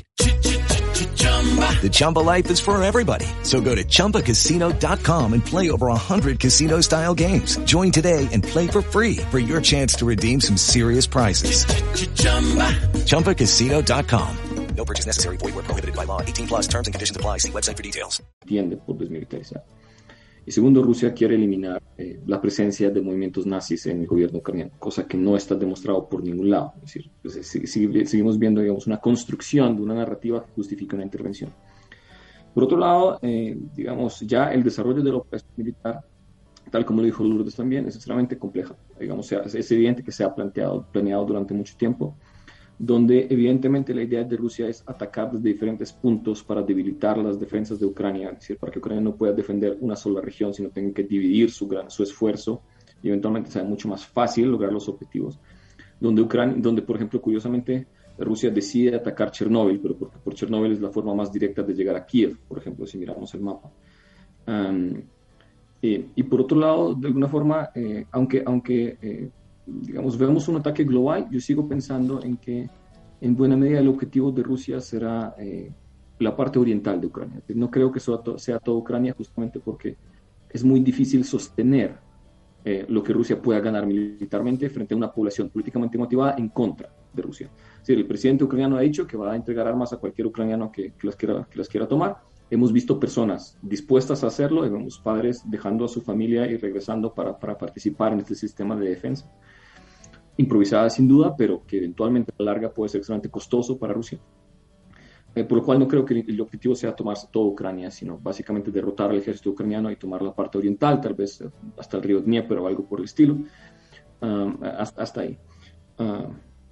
[SPEAKER 16] The Chumba life is for everybody. So go to Chumba Casino dot com and play over one hundred casino-style games. Join today and play for free for your chance to redeem some serious prizes. Chumba Casino dot com.
[SPEAKER 13] No purchase necessary. Void where prohibited by law. eighteen plus terms and conditions apply. See website for details.
[SPEAKER 6] Entiende por desmilitarizar. Y segundo, Rusia quiere eliminar eh, la presencia de movimientos nazis en el gobierno ucraniano, cosa que no está demostrado por ningún lado. Es decir, pues, si, si, seguimos viendo, digamos, una construcción de una narrativa que justifica una intervención. Por otro lado, eh, digamos, ya el desarrollo de la operación militar, tal como lo dijo Lourdes también, es extremadamente compleja. Digamos, es evidente que se ha planteado, planeado durante mucho tiempo, donde evidentemente la idea de Rusia es atacar desde diferentes puntos para debilitar las defensas de Ucrania, es decir, para que Ucrania no pueda defender una sola región, sino tenga que dividir su, gran, su esfuerzo y eventualmente sea mucho más fácil lograr los objetivos. Donde, Ucrania, donde por ejemplo, curiosamente, Rusia decide atacar Chernóbil, pero porque por Chernóbil es la forma más directa de llegar a Kiev, por ejemplo, si miramos el mapa. Um, eh, y por otro lado, de alguna forma, eh, aunque... aunque eh, digamos, vemos un ataque global, yo sigo pensando en que en buena medida el objetivo de Rusia será eh, la parte oriental de Ucrania. No creo que sea, to- sea toda Ucrania, justamente porque es muy difícil sostener eh, lo que Rusia pueda ganar militarmente frente a una población políticamente motivada en contra de Rusia. Es decir, el presidente ucraniano ha dicho que va a entregar armas a cualquier ucraniano que, que, las, quiera, que las quiera tomar. Hemos visto personas dispuestas a hacerlo, y vemos padres dejando a su familia y regresando para, para participar en este sistema de defensa. Improvisada sin duda, pero que eventualmente a la larga puede ser extremadamente costoso para Rusia. Eh, por lo cual no creo que el objetivo sea tomarse toda Ucrania, sino básicamente derrotar al ejército ucraniano y tomar la parte oriental, tal vez hasta el río Dnieper o algo por el estilo, um, hasta, hasta ahí. Uh,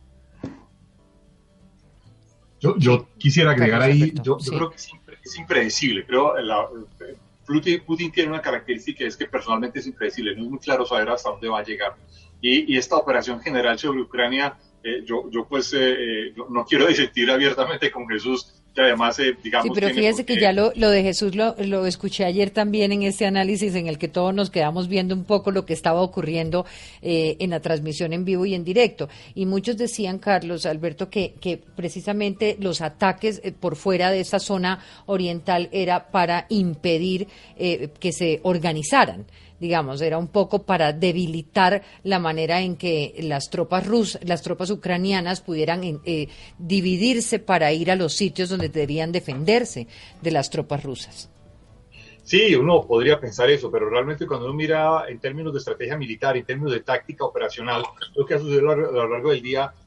[SPEAKER 4] yo, yo quisiera agregar ahí, yo, yo
[SPEAKER 3] sí.
[SPEAKER 4] creo que es, impre, es impredecible, creo la, Putin, Putin tiene una característica, es que personalmente es impredecible, no es muy claro saber hasta dónde va a llegar. Y, y esta operación general sobre Ucrania, eh, yo, yo pues eh, yo no quiero disentir abiertamente con Jesús, que además, eh, digamos...
[SPEAKER 3] Sí, pero fíjese que ya lo, lo de Jesús lo, lo escuché ayer también en este análisis en el que todos nos quedamos viendo un poco lo que estaba ocurriendo eh, en la transmisión en vivo y en directo. Y muchos decían, Carlos, Alberto, que, que precisamente los ataques eh, por fuera de esa zona oriental era para impedir eh, que se organizaran. Digamos, era un poco para debilitar la manera en que las tropas rusas, las tropas ucranianas pudieran eh, dividirse para ir a los sitios donde deberían defenderse de las tropas rusas.
[SPEAKER 4] Sí, uno podría pensar eso, pero realmente cuando uno mira en términos de estrategia militar, en términos de táctica operacional, lo que ha sucedido a lo largo del día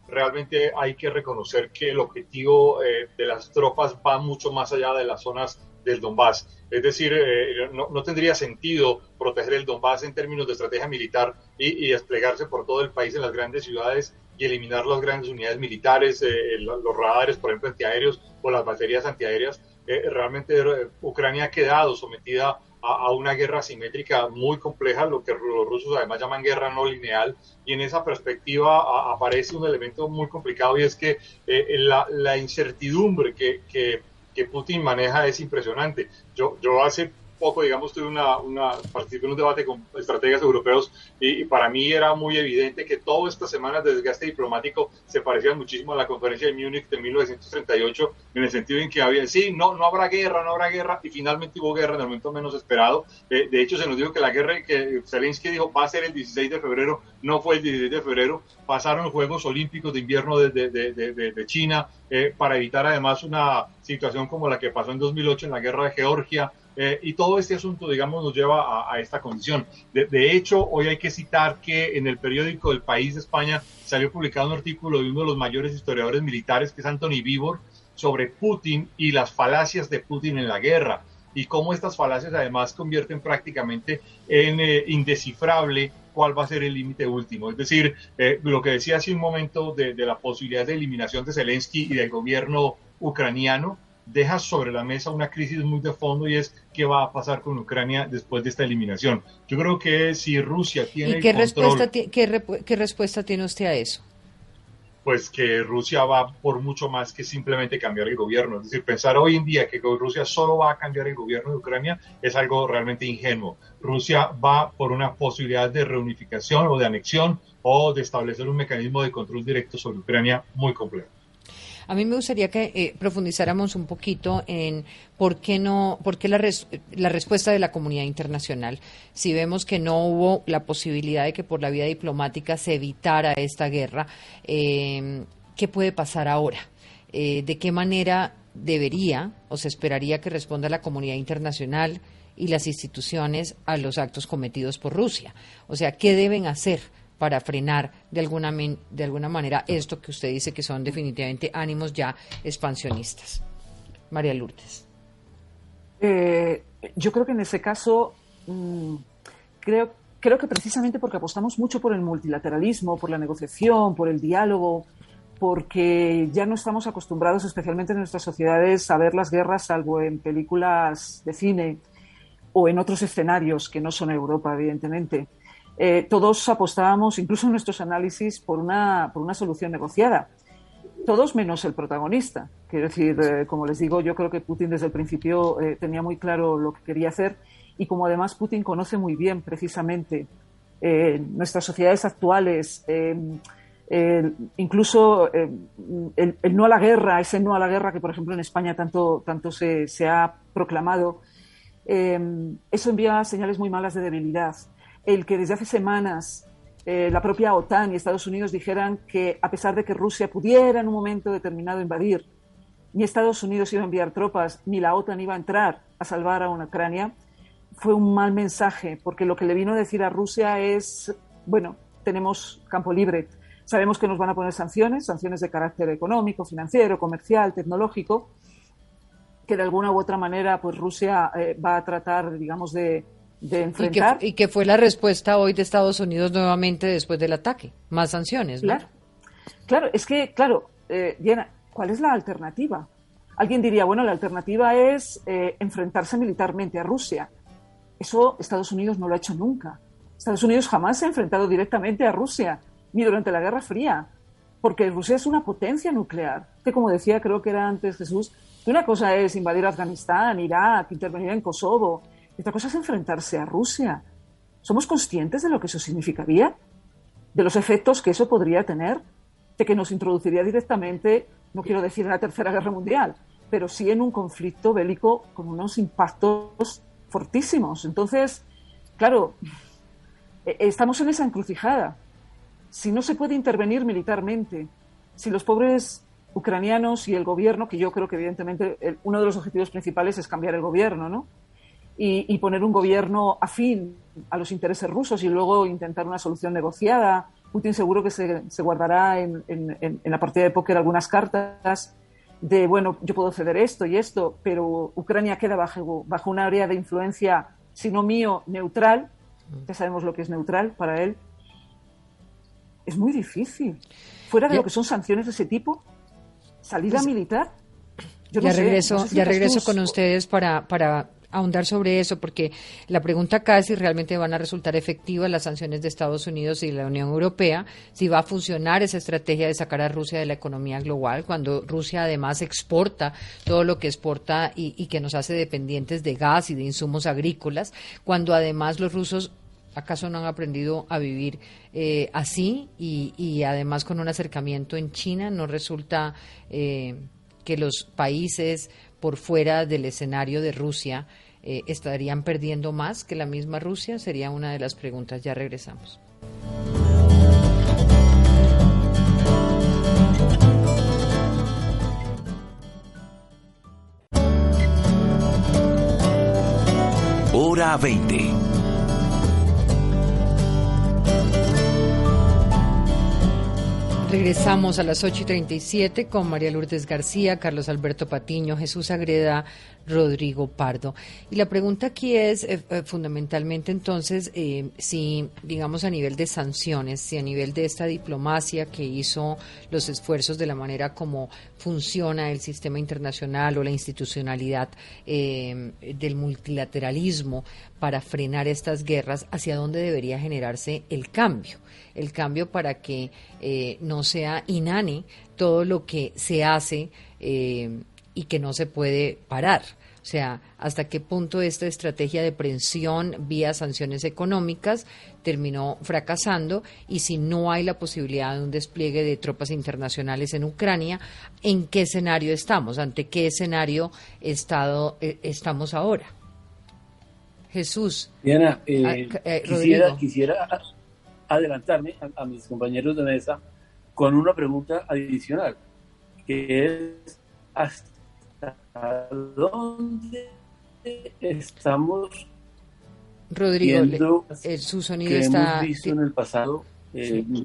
[SPEAKER 4] realmente hay que reconocer que el objetivo eh, de las tropas va mucho más allá de las zonas del Donbass. Es decir, eh, no, no tendría sentido proteger el Donbass en términos de estrategia militar y, y desplegarse por todo el país en las grandes ciudades y eliminar las grandes unidades militares, eh, los radares, por ejemplo, antiaéreos o las baterías antiaéreas. Eh, realmente eh, Ucrania ha quedado sometida a, a una guerra asimétrica muy compleja, lo que los rusos además llaman guerra no lineal, y en esa perspectiva a, aparece un elemento muy complicado, y es que eh, la, la incertidumbre que, que que Putin maneja es impresionante. Yo, yo hace poco, digamos, tuve una, una, participé en un debate con estrategas europeos y, y para mí era muy evidente que todas estas semanas de desgaste diplomático se parecían muchísimo a la conferencia de Múnich de mil novecientos treinta y ocho, en el sentido en que había, sí, no, no habrá guerra, no habrá guerra, y finalmente hubo guerra en el momento menos esperado. Eh, de hecho, se nos dijo que la guerra que Zelensky dijo va a ser el dieciséis de febrero, no fue el dieciséis de febrero, pasaron los Juegos Olímpicos de Invierno de, de, de, de, de China, eh, para evitar además una situación como la que pasó en dos mil ocho en la guerra de Georgia. Eh, y todo este asunto, digamos, nos lleva a, a esta condición. De, de hecho, hoy hay que citar que en el periódico El País de España salió publicado un artículo de uno de los mayores historiadores militares, que es Anthony Beevor, sobre Putin y las falacias de Putin en la guerra, y cómo estas falacias además convierten prácticamente en eh, indescifrable cuál va a ser el límite último. Es decir, eh, lo que decía hace un momento de, de la posibilidad de eliminación de Zelensky y del gobierno ucraniano, deja sobre la mesa una crisis muy de fondo, y es qué va a pasar con Ucrania después de esta eliminación. Yo creo que si Rusia tiene
[SPEAKER 3] ¿Y qué,
[SPEAKER 4] el control,
[SPEAKER 3] respuesta, qué, rep- qué respuesta tiene usted a eso?
[SPEAKER 4] Pues que Rusia va por mucho más que simplemente cambiar el gobierno. Es decir, pensar hoy en día que Rusia solo va a cambiar el gobierno de Ucrania es algo realmente ingenuo. Rusia va por una posibilidad de reunificación o de anexión o de establecer un mecanismo de control directo sobre Ucrania muy complejo.
[SPEAKER 3] A mí me gustaría que eh, profundizáramos un poquito en por qué no, por qué la, res, la respuesta de la comunidad internacional. Si vemos que no hubo la posibilidad de que por la vía diplomática se evitara esta guerra, eh, ¿qué puede pasar ahora? Eh, ¿De qué manera debería o se esperaría que responda la comunidad internacional y las instituciones a los actos cometidos por Rusia? O sea, ¿qué deben hacer para frenar de alguna, de alguna manera esto que usted dice que son definitivamente ánimos ya expansionistas? María Lourdes.
[SPEAKER 5] Eh, yo creo que en ese caso, mmm, creo, creo que precisamente porque apostamos mucho por el multilateralismo, por la negociación, por el diálogo, porque ya no estamos acostumbrados, especialmente en nuestras sociedades, a ver las guerras salvo en películas de cine o en otros escenarios que no son Europa, evidentemente. Eh, todos apostábamos, incluso en nuestros análisis, por una, por una solución negociada. Todos menos el protagonista. Quiero decir, eh, como les digo, yo creo que Putin desde el principio eh, tenía muy claro lo que quería hacer, y como además Putin conoce muy bien precisamente eh, nuestras sociedades actuales, eh, eh, incluso eh, el, el no a la guerra, ese no a la guerra que, por ejemplo, en España tanto, tanto se, se ha proclamado, eh, eso envía señales muy malas de debilidad. El que desde hace semanas eh, la propia OTAN y Estados Unidos dijeran que, a pesar de que Rusia pudiera en un momento determinado invadir, ni Estados Unidos iba a enviar tropas, ni la OTAN iba a entrar a salvar a una Ucrania, fue un mal mensaje, porque lo que le vino a decir a Rusia es, bueno, tenemos campo libre, sabemos que nos van a poner sanciones, sanciones de carácter económico, financiero, comercial, tecnológico, que de alguna u otra manera pues Rusia eh, va a tratar, digamos, de de enfrentar.
[SPEAKER 3] Y que, y que fue la respuesta hoy de Estados Unidos nuevamente después del ataque. Más sanciones, ¿no?
[SPEAKER 5] Claro, claro es que, claro, eh, Diana, ¿cuál es la alternativa? Alguien diría, bueno, la alternativa es eh, enfrentarse militarmente a Rusia. Eso Estados Unidos no lo ha hecho nunca. Estados Unidos jamás se ha enfrentado directamente a Rusia, ni durante la Guerra Fría, porque Rusia es una potencia nuclear. Que, como decía, creo que era antes Jesús, que una cosa es invadir Afganistán, Irak, intervenir en Kosovo. Esta cosa es enfrentarse a Rusia. ¿Somos conscientes de lo que eso significaría? ¿De los efectos que eso podría tener? ¿De que nos introduciría directamente, no quiero decir en la Tercera Guerra Mundial, pero sí en un conflicto bélico con unos impactos fortísimos? Entonces, claro, estamos en esa encrucijada. Si no se puede intervenir militarmente, si los pobres ucranianos y el gobierno, que yo creo que evidentemente el, uno de los objetivos principales es cambiar el gobierno, ¿no? Y, y poner un gobierno afín a los intereses rusos y luego intentar una solución negociada, Putin seguro que se, se guardará en, en, en la partida de póker algunas cartas de, bueno, yo puedo ceder esto y esto, pero Ucrania queda bajo, bajo una área de influencia, si no mío, neutral. Ya sabemos lo que es neutral para él. Es muy difícil. Fuera de lo que son sanciones de ese tipo, salida pues, militar. Yo
[SPEAKER 3] ya
[SPEAKER 5] no sé,
[SPEAKER 3] regreso,
[SPEAKER 5] no sé si
[SPEAKER 3] ya regreso
[SPEAKER 5] tú...
[SPEAKER 3] con ustedes para, para ahondar sobre eso, porque la pregunta acá es si realmente van a resultar efectivas las sanciones de Estados Unidos y la Unión Europea, si va a funcionar esa estrategia de sacar a Rusia de la economía global, cuando Rusia además exporta todo lo que exporta y, y que nos hace dependientes de gas y de insumos agrícolas, cuando además los rusos ¿acaso no han aprendido a vivir eh, así? Y, y además con un acercamiento en China, ¿no resulta eh, que los países por fuera del escenario de Rusia eh, estarían perdiendo más que la misma Rusia? Sería una de las preguntas. Ya regresamos.
[SPEAKER 2] Hora veinte.
[SPEAKER 3] Regresamos a las ocho y treinta y siete con María Lourdes García, Carlos Alberto Patiño, Jesús Agreda, Rodrigo Pardo. Y la pregunta aquí es eh, eh, fundamentalmente entonces eh, si, digamos, a nivel de sanciones, si a nivel de esta diplomacia que hizo los esfuerzos de la manera como funciona el sistema internacional o la institucionalidad eh, del multilateralismo para frenar estas guerras, hacia dónde debería generarse el cambio. El cambio para que eh, no sea inane todo lo que se hace eh, y que no se puede parar. O sea, hasta qué punto esta estrategia de presión vía sanciones económicas terminó fracasando, y si no hay la posibilidad de un despliegue de tropas internacionales en Ucrania, ¿en qué escenario estamos? ¿Ante qué escenario estado, eh, estamos ahora? Jesús.
[SPEAKER 14] Diana, eh,
[SPEAKER 3] a, eh,
[SPEAKER 14] quisiera, quisiera adelantarme a, a mis compañeros de mesa con una pregunta adicional, que es ¿hasta dónde estamos
[SPEAKER 3] Rodrigo,
[SPEAKER 14] viendo
[SPEAKER 3] le, el, su sonido
[SPEAKER 14] que
[SPEAKER 3] está...
[SPEAKER 14] hemos visto en el pasado? Eh, sí.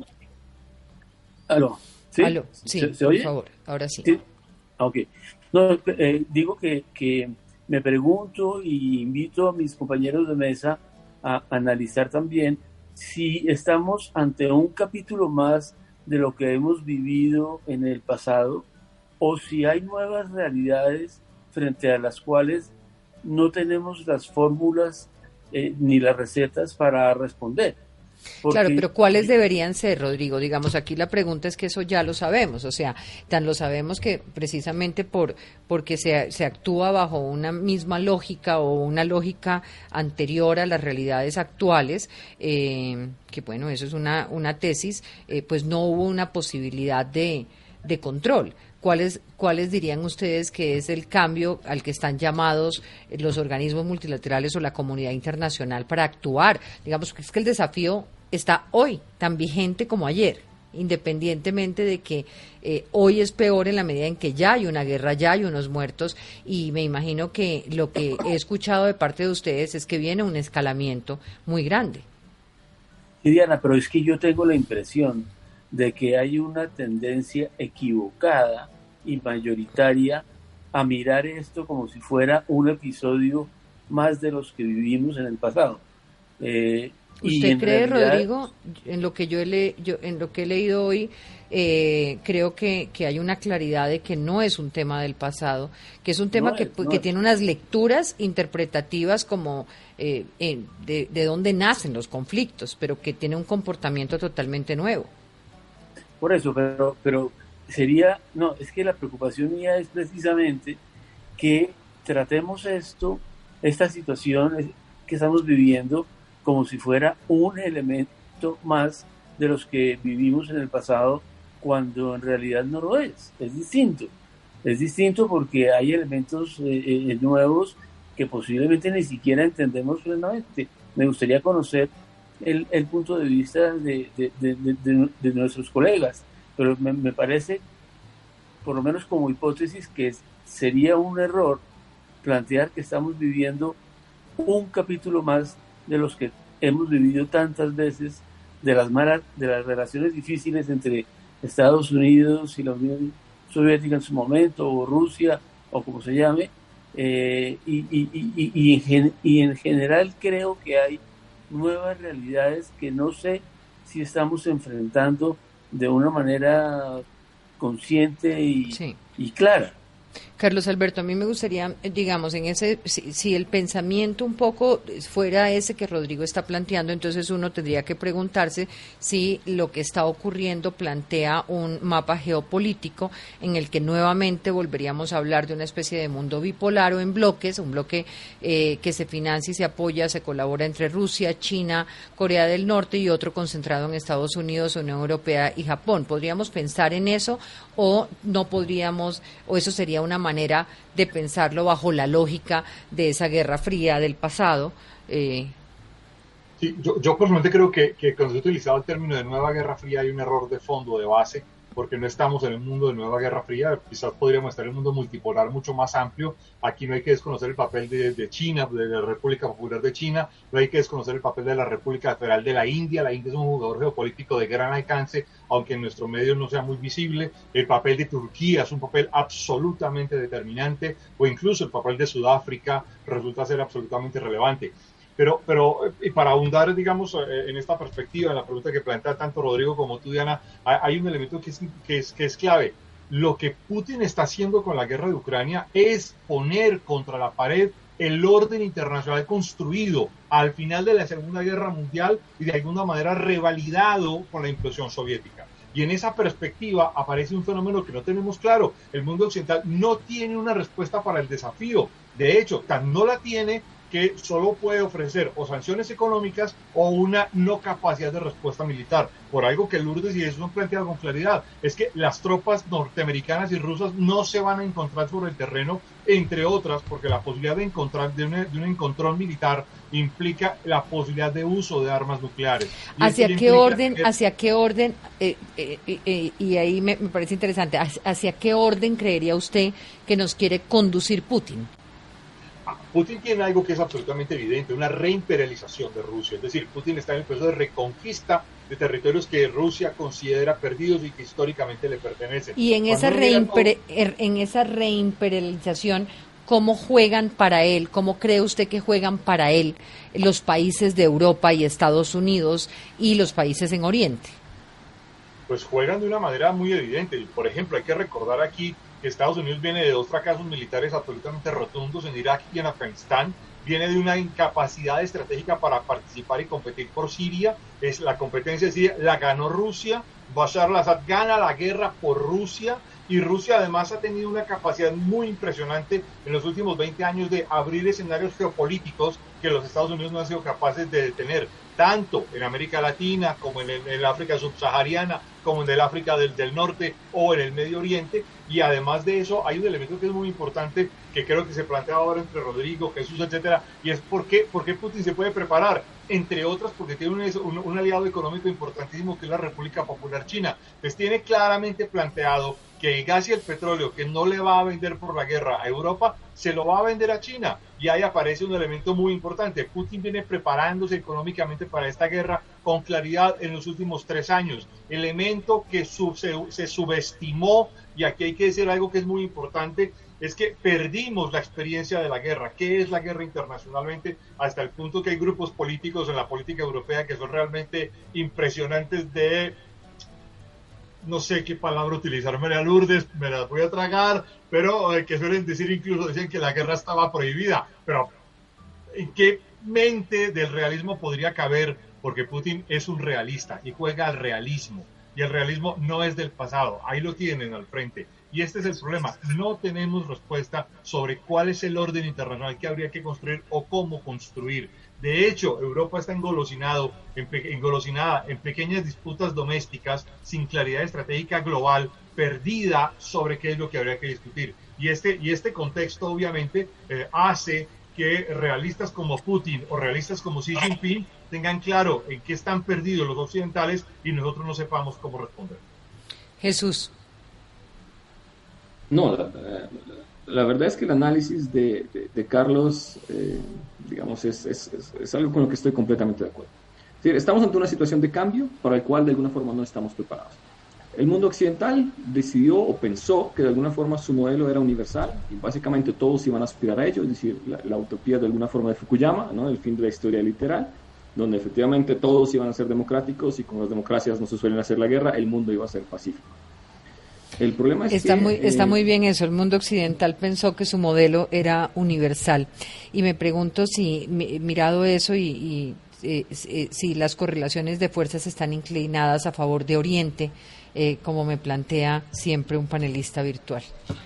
[SPEAKER 14] ¿Aló? ¿Sí?
[SPEAKER 3] ¿Aló? Sí,
[SPEAKER 14] ¿Se, se
[SPEAKER 3] por
[SPEAKER 14] oye?
[SPEAKER 3] favor, ahora sí.
[SPEAKER 14] ¿Sí? Ok. No, eh, digo que, que me pregunto y invito a mis compañeros de mesa a analizar también si estamos ante un capítulo más de lo que hemos vivido en el pasado, o si hay nuevas realidades frente a las cuales no tenemos las fórmulas eh, ni las recetas para responder. Porque...
[SPEAKER 3] Claro, pero ¿cuáles deberían ser, Rodrigo? Digamos, aquí la pregunta es que eso ya lo sabemos, o sea, tan lo sabemos que precisamente por porque se, se actúa bajo una misma lógica o una lógica anterior a las realidades actuales, eh, que bueno, eso es una, una tesis, eh, pues no hubo una posibilidad de, de control. ¿Cuáles, ¿Cuáles dirían ustedes que es el cambio al que están llamados los organismos multilaterales o la comunidad internacional para actuar? Digamos que es que el desafío está hoy, tan vigente como ayer, independientemente de que eh, hoy es peor en la medida en que ya hay una guerra, ya hay unos muertos, y me imagino que lo que he escuchado de parte de ustedes es que viene un escalamiento muy grande.
[SPEAKER 14] Sí, Diana, pero es que yo tengo la impresión de que hay una tendencia equivocada y mayoritaria a mirar esto como si fuera un episodio más de los que vivimos en el pasado. Eh,
[SPEAKER 3] ¿Usted cree, realidad... Rodrigo, en lo que yo he, le, yo, en lo que he leído hoy, eh, creo que, que hay una claridad de que no es un tema del pasado, que es un tema no que, es, no que tiene unas lecturas interpretativas como eh, en, de, de dónde nacen los conflictos, pero que tiene un comportamiento totalmente nuevo?
[SPEAKER 14] Por eso, pero, pero sería, no, es que la preocupación mía es precisamente que tratemos esto, esta situación que estamos viviendo, como si fuera un elemento más de los que vivimos en el pasado, cuando en realidad no lo es, es distinto. Es distinto porque hay elementos eh, eh, nuevos que posiblemente ni siquiera entendemos plenamente. Me gustaría conocer El, el punto de vista de, de, de, de, de nuestros colegas, pero me, me parece, por lo menos como hipótesis, que es, sería un error plantear que estamos viviendo un capítulo más de los que hemos vivido tantas veces de las malas, de las relaciones difíciles entre Estados Unidos y la Unión Soviética en su momento, o Rusia, o como se llame, eh, y, y, y, y, en, y en general creo que hay nuevas realidades que no sé si estamos enfrentando de una manera consciente y, sí. y clara.
[SPEAKER 3] Carlos Alberto, a mí me gustaría, digamos, en ese, si, si el pensamiento un poco fuera ese que Rodrigo está planteando, entonces uno tendría que preguntarse si lo que está ocurriendo plantea un mapa geopolítico en el que nuevamente volveríamos a hablar de una especie de mundo bipolar o en bloques, un bloque eh, que se financia y se apoya, se colabora entre Rusia, China, Corea del Norte y otro concentrado en Estados Unidos, Unión Europea y Japón. ¿Podríamos pensar en eso o no podríamos, o eso sería una manera de pensarlo bajo la lógica de esa Guerra Fría del pasado? Eh...
[SPEAKER 4] Sí, yo, yo personalmente creo que, que cuando se ha utilizado el término de nueva Guerra Fría hay un error de fondo, de base, porque no estamos en el mundo de nueva Guerra Fría, quizás podríamos estar en un mundo multipolar mucho más amplio. Aquí no hay que desconocer el papel de, de China, de la República Popular de China, no hay que desconocer el papel de la República Federal de la India. La India es un jugador geopolítico de gran alcance, aunque en nuestro medio no sea muy visible. El papel de Turquía es un papel absolutamente determinante, o incluso el papel de Sudáfrica resulta ser absolutamente relevante. Pero, pero y para ahondar, digamos, en esta perspectiva, en la pregunta que plantea tanto Rodrigo como tú, Diana, hay un elemento que es, que es, que es clave. Lo que Putin está haciendo con la guerra de Ucrania es poner contra la pared el orden internacional construido al final de la Segunda Guerra Mundial y de alguna manera revalidado por la implosión soviética. Y en esa perspectiva aparece un fenómeno que no tenemos claro. El mundo occidental no tiene una respuesta para el desafío. De hecho, tan no la tiene que solo puede ofrecer o sanciones económicas o una no capacidad de respuesta militar, por algo que Lourdes y eso no plantea con claridad, es que las tropas norteamericanas y rusas no se van a encontrar sobre el terreno, entre otras, porque la posibilidad de encontrar de, una, de un encontrón militar implica la posibilidad de uso de armas nucleares.
[SPEAKER 3] Y ¿Hacia qué orden, que... hacia qué orden, eh, eh, eh, y ahí me, me parece interesante, hacia qué orden creería usted que nos quiere conducir Putin?
[SPEAKER 4] Putin tiene algo que es absolutamente evidente, una reimperialización de Rusia. Es decir, Putin está en el proceso de reconquista de territorios que Rusia considera perdidos y que históricamente le pertenecen.
[SPEAKER 3] Y en esa, reimper- en esa reimperialización, ¿cómo juegan para él? ¿Cómo cree usted que juegan para él los países de Europa y Estados Unidos y los países en Oriente?
[SPEAKER 4] Pues juegan de una manera muy evidente. Por ejemplo, hay que recordar aquí que Estados Unidos viene de dos fracasos militares absolutamente rotundos en Irak y en Afganistán, viene de una incapacidad estratégica para participar y competir por Siria. Es la competencia de Siria la ganó Rusia, Bashar al-Assad gana la guerra por Rusia, y Rusia además ha tenido una capacidad muy impresionante en los últimos veinte años de abrir escenarios geopolíticos que los Estados Unidos no han sido capaces de detener, tanto en América Latina como en el, en el África subsahariana, como en el África del, del Norte o en el Medio Oriente. Y además de eso hay un elemento que es muy importante que creo que se plantea ahora entre Rodrigo, Jesús, etcétera, y es por qué, por qué Putin se puede preparar, entre otras porque tiene un, un, un aliado económico importantísimo que es la República Popular China. Pues tiene claramente planteado que el gas y el petróleo que no le va a vender por la guerra a Europa, se lo va a vender a China. Y ahí aparece un elemento muy importante. Putin viene preparándose económicamente para esta guerra con claridad en los últimos tres años. Elemento que sub, se, se subestimó, y aquí hay que decir algo que es muy importante, es que perdimos la experiencia de la guerra. ¿Qué es la guerra internacionalmente? Hasta el punto que hay grupos políticos en la política europea que son realmente impresionantes de... no sé qué palabra utilizar, María Lourdes, me las voy a tragar, pero eh, que suelen decir, incluso decían que la guerra estaba prohibida. Pero ¿en qué mente del realismo podría caber? Porque Putin es un realista y juega al realismo, y el realismo no es del pasado, ahí lo tienen al frente. Y este es el problema, no tenemos respuesta sobre cuál es el orden internacional que habría que construir o cómo construir. De hecho, Europa está engolosinado, en pe- engolosinada en pequeñas disputas domésticas, sin claridad estratégica global, perdida sobre qué es lo que habría que discutir. Y este, y este contexto, obviamente, eh, hace que realistas como Putin o realistas como Xi Jinping tengan claro en qué están perdidos los occidentales y nosotros no sepamos cómo responder.
[SPEAKER 3] Jesús.
[SPEAKER 6] No, la, la, la verdad es que el análisis de, de, de Carlos, eh, digamos, es, es, es, es algo con lo que estoy completamente de acuerdo. Es decir, estamos ante una situación de cambio para el cual de alguna forma no estamos preparados. El mundo occidental decidió o pensó que de alguna forma su modelo era universal y básicamente todos iban a aspirar a ello, es decir, la, la utopía de alguna forma de Fukuyama, ¿no? El fin de la historia literal, donde efectivamente todos iban a ser democráticos y como las democracias no se suelen hacer la guerra, el mundo iba a ser pacífico. El problema es
[SPEAKER 3] está
[SPEAKER 6] que,
[SPEAKER 3] muy,
[SPEAKER 6] eh,
[SPEAKER 3] está muy bien eso. El mundo occidental pensó que su modelo era universal. Y me pregunto si, mirado eso y, y eh, si las correlaciones de fuerzas están inclinadas a favor de Oriente, eh, como me plantea siempre un panelista virtual.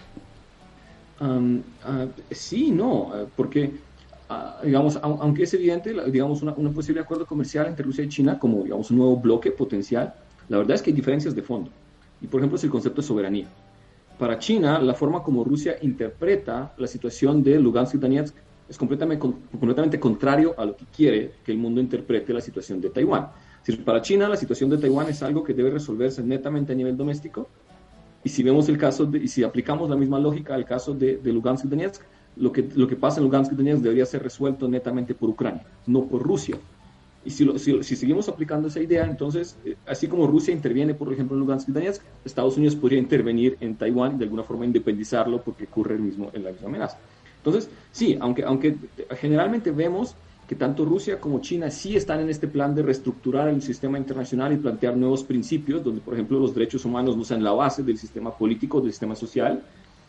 [SPEAKER 6] Um, uh, sí, no, uh, porque, uh, digamos, aunque es evidente, digamos, una, un posible acuerdo comercial entre Rusia y China como, digamos, un nuevo bloque potencial, la verdad es que hay diferencias de fondo. Y, por ejemplo, es el concepto de soberanía. Para China, la forma como Rusia interpreta la situación de Lugansk y Donetsk es completamente, completamente contrario a lo que quiere que el mundo interprete la situación de Taiwán. Es decir, para China, la situación de Taiwán es algo que debe resolverse netamente a nivel doméstico. Y si vemos el caso, de, y si aplicamos la misma lógica al caso de, de Lugansk y Donetsk, lo que, lo que pasa en Lugansk y Donetsk debería ser resuelto netamente por Ucrania, no por Rusia. Y si, lo, si, si seguimos aplicando esa idea, entonces, eh, así como Rusia interviene, por ejemplo, en Lugansk y Donetsk, Estados Unidos podría intervenir en Taiwán y de alguna forma independizarlo porque ocurre el mismo, en la misma amenaza. Entonces, sí, aunque, aunque generalmente vemos que tanto Rusia como China sí están en este plan de reestructurar el sistema internacional y plantear nuevos principios, donde, por ejemplo, los derechos humanos no sean la base del sistema político, del sistema social,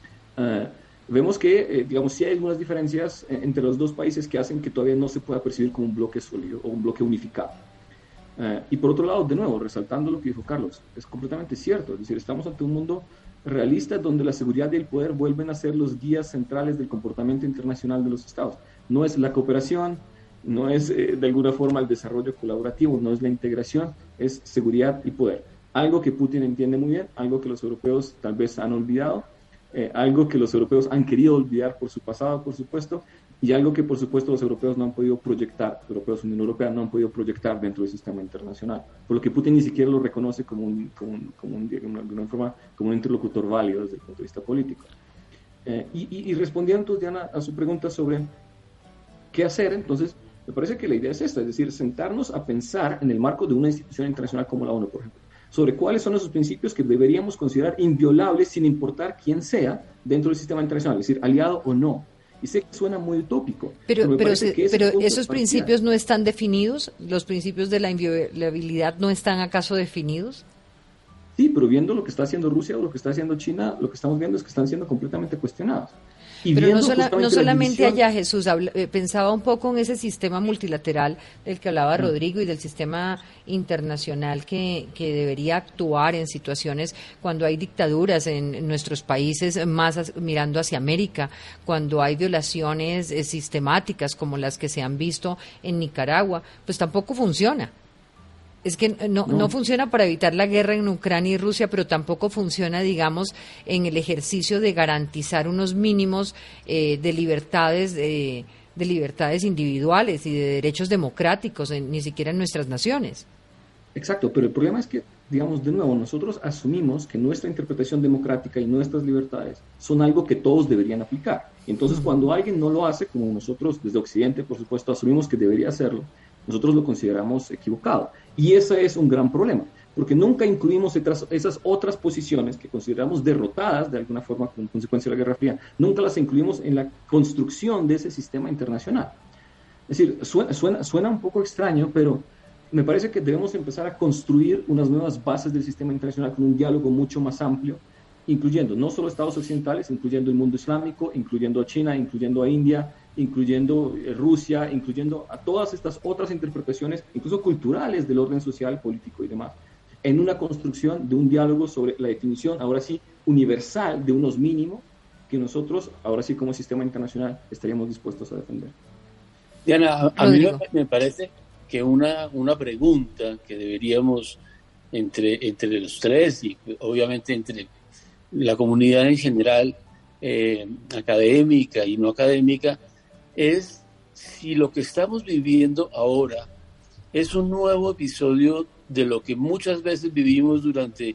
[SPEAKER 6] uh, vemos que, eh, digamos, sí hay algunas diferencias entre los dos países que hacen que todavía no se pueda percibir como un bloque sólido o un bloque unificado. Uh, y por otro lado, de nuevo, resaltando lo que dijo Carlos, es completamente cierto, es decir, estamos ante un mundo realista donde la seguridad y el poder vuelven a ser los guías centrales del comportamiento internacional de los estados. No es la cooperación, no es eh, de alguna forma el desarrollo colaborativo, no es la integración, es seguridad y poder. Algo que Putin entiende muy bien, algo que los europeos tal vez han olvidado, Eh, algo que los europeos han querido olvidar por su pasado, por supuesto, y algo que, por supuesto, los europeos no han podido proyectar, los europeos, Unión Europea, no han podido proyectar dentro del sistema internacional, por lo que Putin ni siquiera lo reconoce como un, como un, como un, de alguna forma, como un interlocutor válido desde el punto de vista político. Eh, y, y, y respondiendo, entonces, Diana, a su pregunta sobre qué hacer, entonces, me parece que la idea es esta, es decir, sentarnos a pensar en el marco de una institución internacional como la ONU, por ejemplo, sobre cuáles son esos principios que deberíamos considerar inviolables sin importar quién sea dentro del sistema internacional, es decir, aliado o no. Y sé que suena muy utópico.
[SPEAKER 3] Pero, pero, pero, se, pero esos
[SPEAKER 6] partida.
[SPEAKER 3] principios no están definidos, los principios de la inviolabilidad no están acaso definidos.
[SPEAKER 6] Sí, pero viendo lo que está haciendo Rusia o lo que está haciendo China, lo que estamos viendo es que están siendo completamente cuestionados. Y
[SPEAKER 3] pero no, sola, no solamente
[SPEAKER 6] división...
[SPEAKER 3] allá, Jesús, habla, eh, pensaba un poco en ese sistema multilateral del que hablaba Rodrigo y del sistema internacional que, que debería actuar en situaciones cuando hay dictaduras en, en nuestros países, más as, mirando hacia América, cuando hay violaciones eh, sistemáticas como las que se han visto en Nicaragua, pues tampoco funciona. Es que no, no. no funciona para evitar la guerra en Ucrania y Rusia, pero tampoco funciona, digamos, en el ejercicio de garantizar unos mínimos eh, de libertades, eh, de libertades individuales y de derechos democráticos, en, ni siquiera en nuestras naciones.
[SPEAKER 6] Exacto, pero el problema es que, digamos, de nuevo, nosotros asumimos que nuestra interpretación democrática y nuestras libertades son algo que todos deberían aplicar. Entonces, uh-huh. cuando alguien no lo hace, como nosotros desde Occidente, por supuesto, asumimos que debería hacerlo, nosotros lo consideramos equivocado. Y ese es un gran problema, porque nunca incluimos esas, esas otras posiciones que consideramos derrotadas de alguna forma como consecuencia de la Guerra Fría, nunca las incluimos en la construcción de ese sistema internacional. Es decir, suena, suena, suena un poco extraño, pero me parece que debemos empezar a construir unas nuevas bases del sistema internacional con un diálogo mucho más amplio, incluyendo no solo estados occidentales, incluyendo el mundo islámico, incluyendo a China, incluyendo a India, incluyendo Rusia, incluyendo a todas estas otras interpretaciones, incluso culturales del orden social, político y demás, en una construcción de un diálogo sobre la definición, ahora sí, universal de unos mínimos que nosotros, ahora sí como sistema internacional, estaríamos dispuestos a defender.
[SPEAKER 14] Diana, a, a mí me parece que una, una pregunta que deberíamos entre, entre los tres y obviamente entre la comunidad en general, eh, académica y no académica, es si lo que estamos viviendo ahora es un nuevo episodio de lo que muchas veces vivimos durante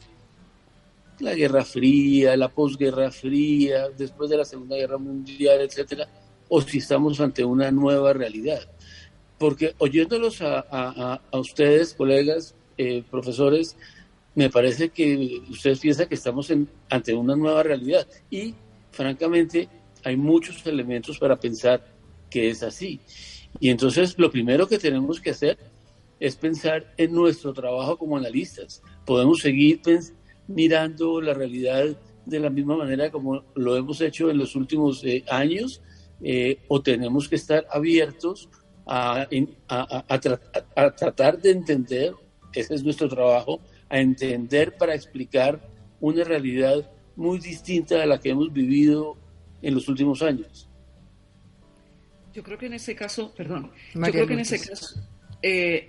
[SPEAKER 14] la Guerra Fría, la posguerra fría, después de la Segunda Guerra Mundial, etcétera, o si estamos ante una nueva realidad. porque oyéndolos a, a, a ustedes, colegas, eh, profesores, me parece que ustedes piensan que estamos en, ante una nueva realidad y, francamente, hay muchos elementos para pensar que es así. Y entonces lo primero que tenemos que hacer es pensar en nuestro trabajo como analistas. Podemos seguir pens- mirando la realidad de la misma manera como lo hemos hecho en los últimos eh, años, eh, o tenemos que estar abiertos a, a, a, tra- a tratar de entender, ese es nuestro trabajo, a entender para explicar una realidad muy distinta a la que hemos vivido en los últimos años.
[SPEAKER 5] Yo creo que en ese caso, perdón,
[SPEAKER 3] María
[SPEAKER 5] yo creo que en
[SPEAKER 3] Lourdes.
[SPEAKER 5] ese caso eh,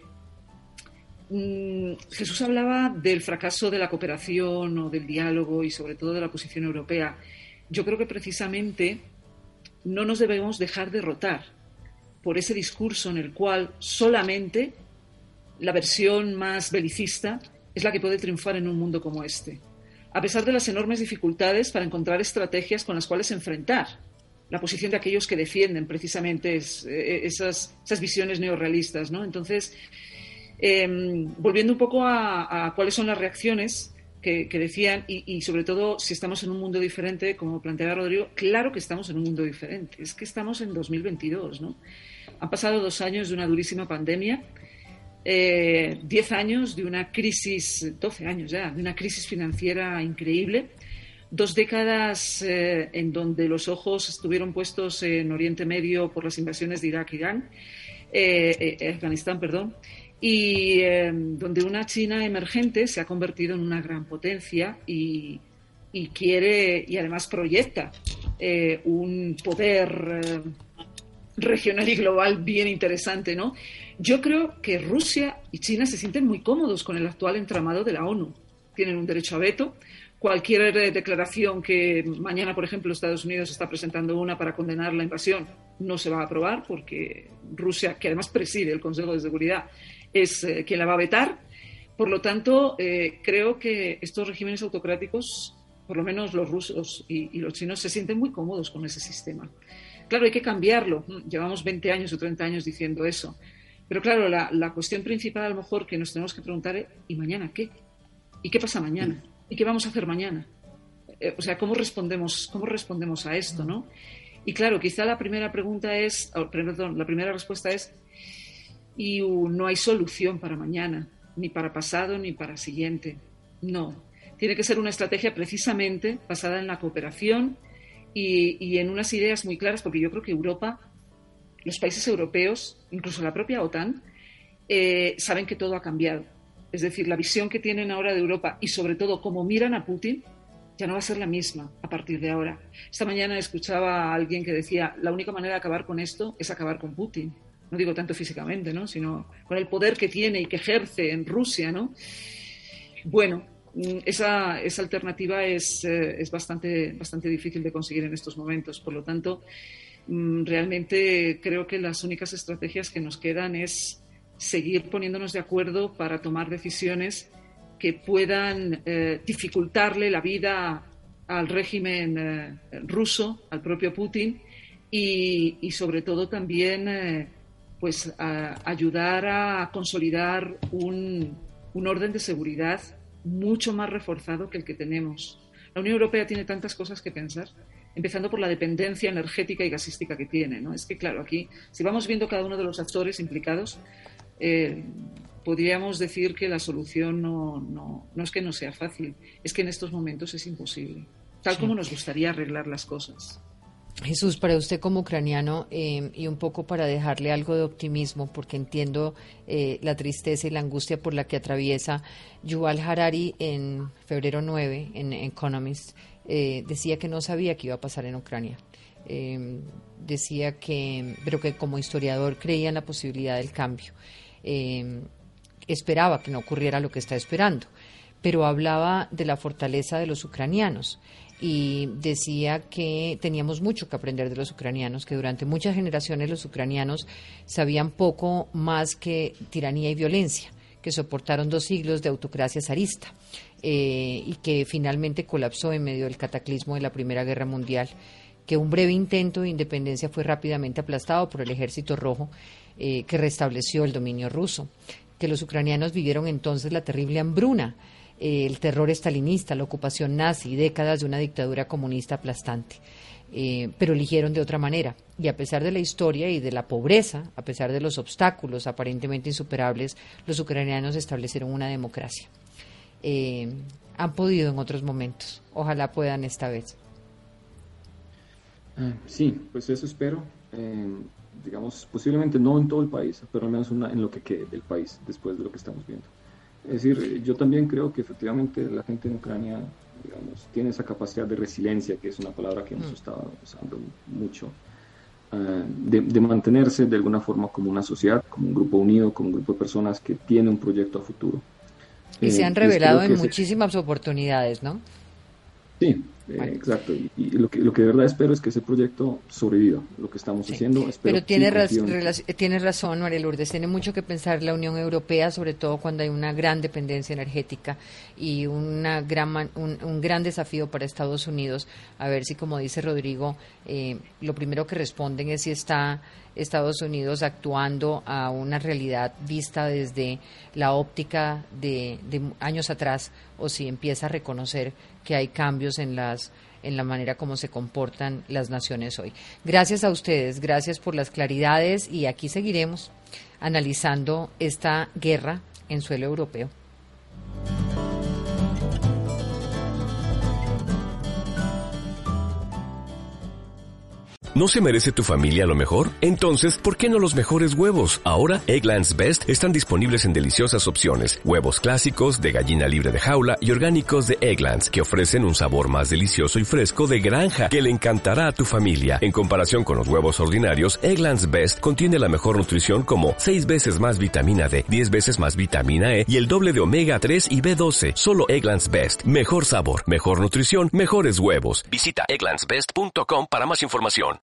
[SPEAKER 5] mm, Jesús hablaba del fracaso de la cooperación o del diálogo y sobre todo de la posición europea. Yo creo que precisamente no nos debemos dejar derrotar por ese discurso en el cual solamente la versión más belicista es la que puede triunfar en un mundo como este, a pesar de las enormes dificultades para encontrar estrategias con las cuales enfrentar la posición de aquellos que defienden precisamente es, eh, esas, esas visiones neorrealistas, ¿no? Entonces, eh, volviendo un poco a, a cuáles son las reacciones que, que decían y, y sobre todo si estamos en un mundo diferente, como planteaba Rodrigo, claro que estamos en un mundo diferente, es que estamos en dos mil veintidós, ¿no? Han pasado dos años de una durísima pandemia, eh, diez años de una crisis, doce años ya, de una crisis financiera increíble, dos décadas eh, en donde los ojos estuvieron puestos en Oriente Medio por las invasiones de Irak e Irán, eh, eh, Afganistán, perdón, y eh, donde una China emergente se ha convertido en una gran potencia y, y quiere, y además proyecta eh, un poder eh, regional y global bien interesante, ¿no? Yo creo que Rusia y China se sienten muy cómodos con el actual entramado de la ONU. Tienen un derecho a veto. Cualquier declaración que mañana, por ejemplo, Estados Unidos está presentando una para condenar la invasión no se va a aprobar porque Rusia, que además preside el Consejo de Seguridad, es eh, quien la va a vetar. Por lo tanto, eh, creo que estos regímenes autocráticos, por lo menos los rusos y, y los chinos, se sienten muy cómodos con ese sistema. Claro, hay que cambiarlo. Llevamos veinte años o treinta años diciendo eso. Pero claro, la, la cuestión principal a lo mejor que nos tenemos que preguntar es ¿y mañana qué? ¿Y qué pasa mañana? ¿Y qué vamos a hacer mañana? Eh, o sea, ¿cómo respondemos, cómo respondemos a esto, no? Y claro, quizá la primera pregunta es, oh, perdón, la primera respuesta es y uh, no hay solución para mañana, ni para pasado, ni para siguiente. No. Tiene que ser una estrategia precisamente basada en la cooperación y, y en unas ideas muy claras, porque yo creo que Europa, los países europeos, incluso la propia OTAN, eh, saben que todo ha cambiado. Es decir, la visión que tienen ahora de Europa y sobre todo cómo miran a Putin ya no va a ser la misma a partir de ahora. Esta mañana escuchaba a alguien que decía la única manera de acabar con esto es acabar con Putin. No digo tanto físicamente, ¿no? Sino con el poder que tiene y que ejerce en Rusia, ¿no? Bueno, esa, esa alternativa es, eh, es bastante, bastante difícil de conseguir en estos momentos. Por lo tanto, realmente creo que las únicas estrategias que nos quedan es seguir poniéndonos de acuerdo para tomar decisiones que puedan eh, dificultarle la vida al régimen eh, ruso, al propio Putin, y, y sobre todo también eh, pues a ayudar a consolidar un, un orden de seguridad mucho más reforzado que el que tenemos. La Unión Europea tiene tantas cosas que pensar, empezando por la dependencia energética y gasística que tiene, ¿no? Es que, claro, aquí, si vamos viendo cada uno de los actores implicados, eh, podríamos decir que la solución no, no, no es que no sea fácil, es que en estos momentos es imposible, tal sí. como nos gustaría arreglar las cosas.
[SPEAKER 3] Jesús, para usted como ucraniano, eh, y un poco para dejarle algo de optimismo, porque entiendo eh, la tristeza y la angustia por la que atraviesa, Yuval Harari en febrero nueve, en Economist, eh, decía que no sabía qué iba a pasar en Ucrania. Eh, decía que, pero que como historiador creía en la posibilidad del cambio. Eh, esperaba que no ocurriera lo que está esperando, pero hablaba de la fortaleza de los ucranianos y decía que teníamos mucho que aprender de los ucranianos, que durante muchas generaciones los ucranianos sabían poco más que tiranía y violencia, que soportaron dos siglos de autocracia zarista eh, y que finalmente colapsó en medio del cataclismo de la Primera Guerra Mundial, que un breve intento de independencia fue rápidamente aplastado por el Ejército Rojo eh, que restableció el dominio ruso, que los ucranianos vivieron entonces la terrible hambruna, eh, el terror estalinista, la ocupación nazi, décadas de una dictadura comunista aplastante. Eh, pero eligieron de otra manera, y a pesar de la historia y de la pobreza, a pesar de los obstáculos aparentemente insuperables, los ucranianos establecieron una democracia. Eh, han podido en otros momentos, ojalá puedan esta vez.
[SPEAKER 6] Uh, sí, pues eso espero, eh, digamos, posiblemente no en todo el país, pero al menos una, en lo que quede del país después de lo que estamos viendo. Es decir, yo también creo que efectivamente la gente en Ucrania, digamos, tiene esa capacidad de resiliencia, que es una palabra que hemos mm. estado usando mucho, uh, de, de mantenerse de alguna forma como una sociedad, como un grupo unido, como un grupo de personas que tiene un proyecto a futuro.
[SPEAKER 3] Y eh, se han revelado en muchísimas se... oportunidades, ¿no?
[SPEAKER 6] Sí, eh, exacto. Y, y lo que lo que de verdad espero es que ese proyecto sobreviva, lo que estamos sí. haciendo. Espero
[SPEAKER 3] Pero tiene, raz, tiene razón, María Lourdes, tiene mucho que pensar la Unión Europea, sobre todo cuando hay una gran dependencia energética y una gran un, un gran desafío para Estados Unidos, a ver si, como dice Rodrigo, eh, lo primero que responden es si está Estados Unidos actuando a una realidad vista desde la óptica de, de años atrás, o si empieza a reconocer que hay cambios en las en la manera como se comportan las naciones hoy. Gracias a ustedes, gracias por las claridades, y aquí seguiremos analizando esta guerra en suelo europeo.
[SPEAKER 18] ¿No se merece tu familia lo mejor? Entonces, ¿por qué no los mejores huevos? Ahora, Eggland's Best están disponibles en deliciosas opciones. Huevos clásicos, de gallina libre de jaula y orgánicos de Eggland's, que ofrecen un sabor más delicioso y fresco de granja que le encantará a tu familia. En comparación con los huevos ordinarios, Eggland's Best contiene la mejor nutrición, como seis veces más vitamina D, diez veces más vitamina E y el doble de omega tres y B doce. Solo Eggland's Best. Mejor sabor, mejor nutrición, mejores huevos. Visita egglands best punto com para más información.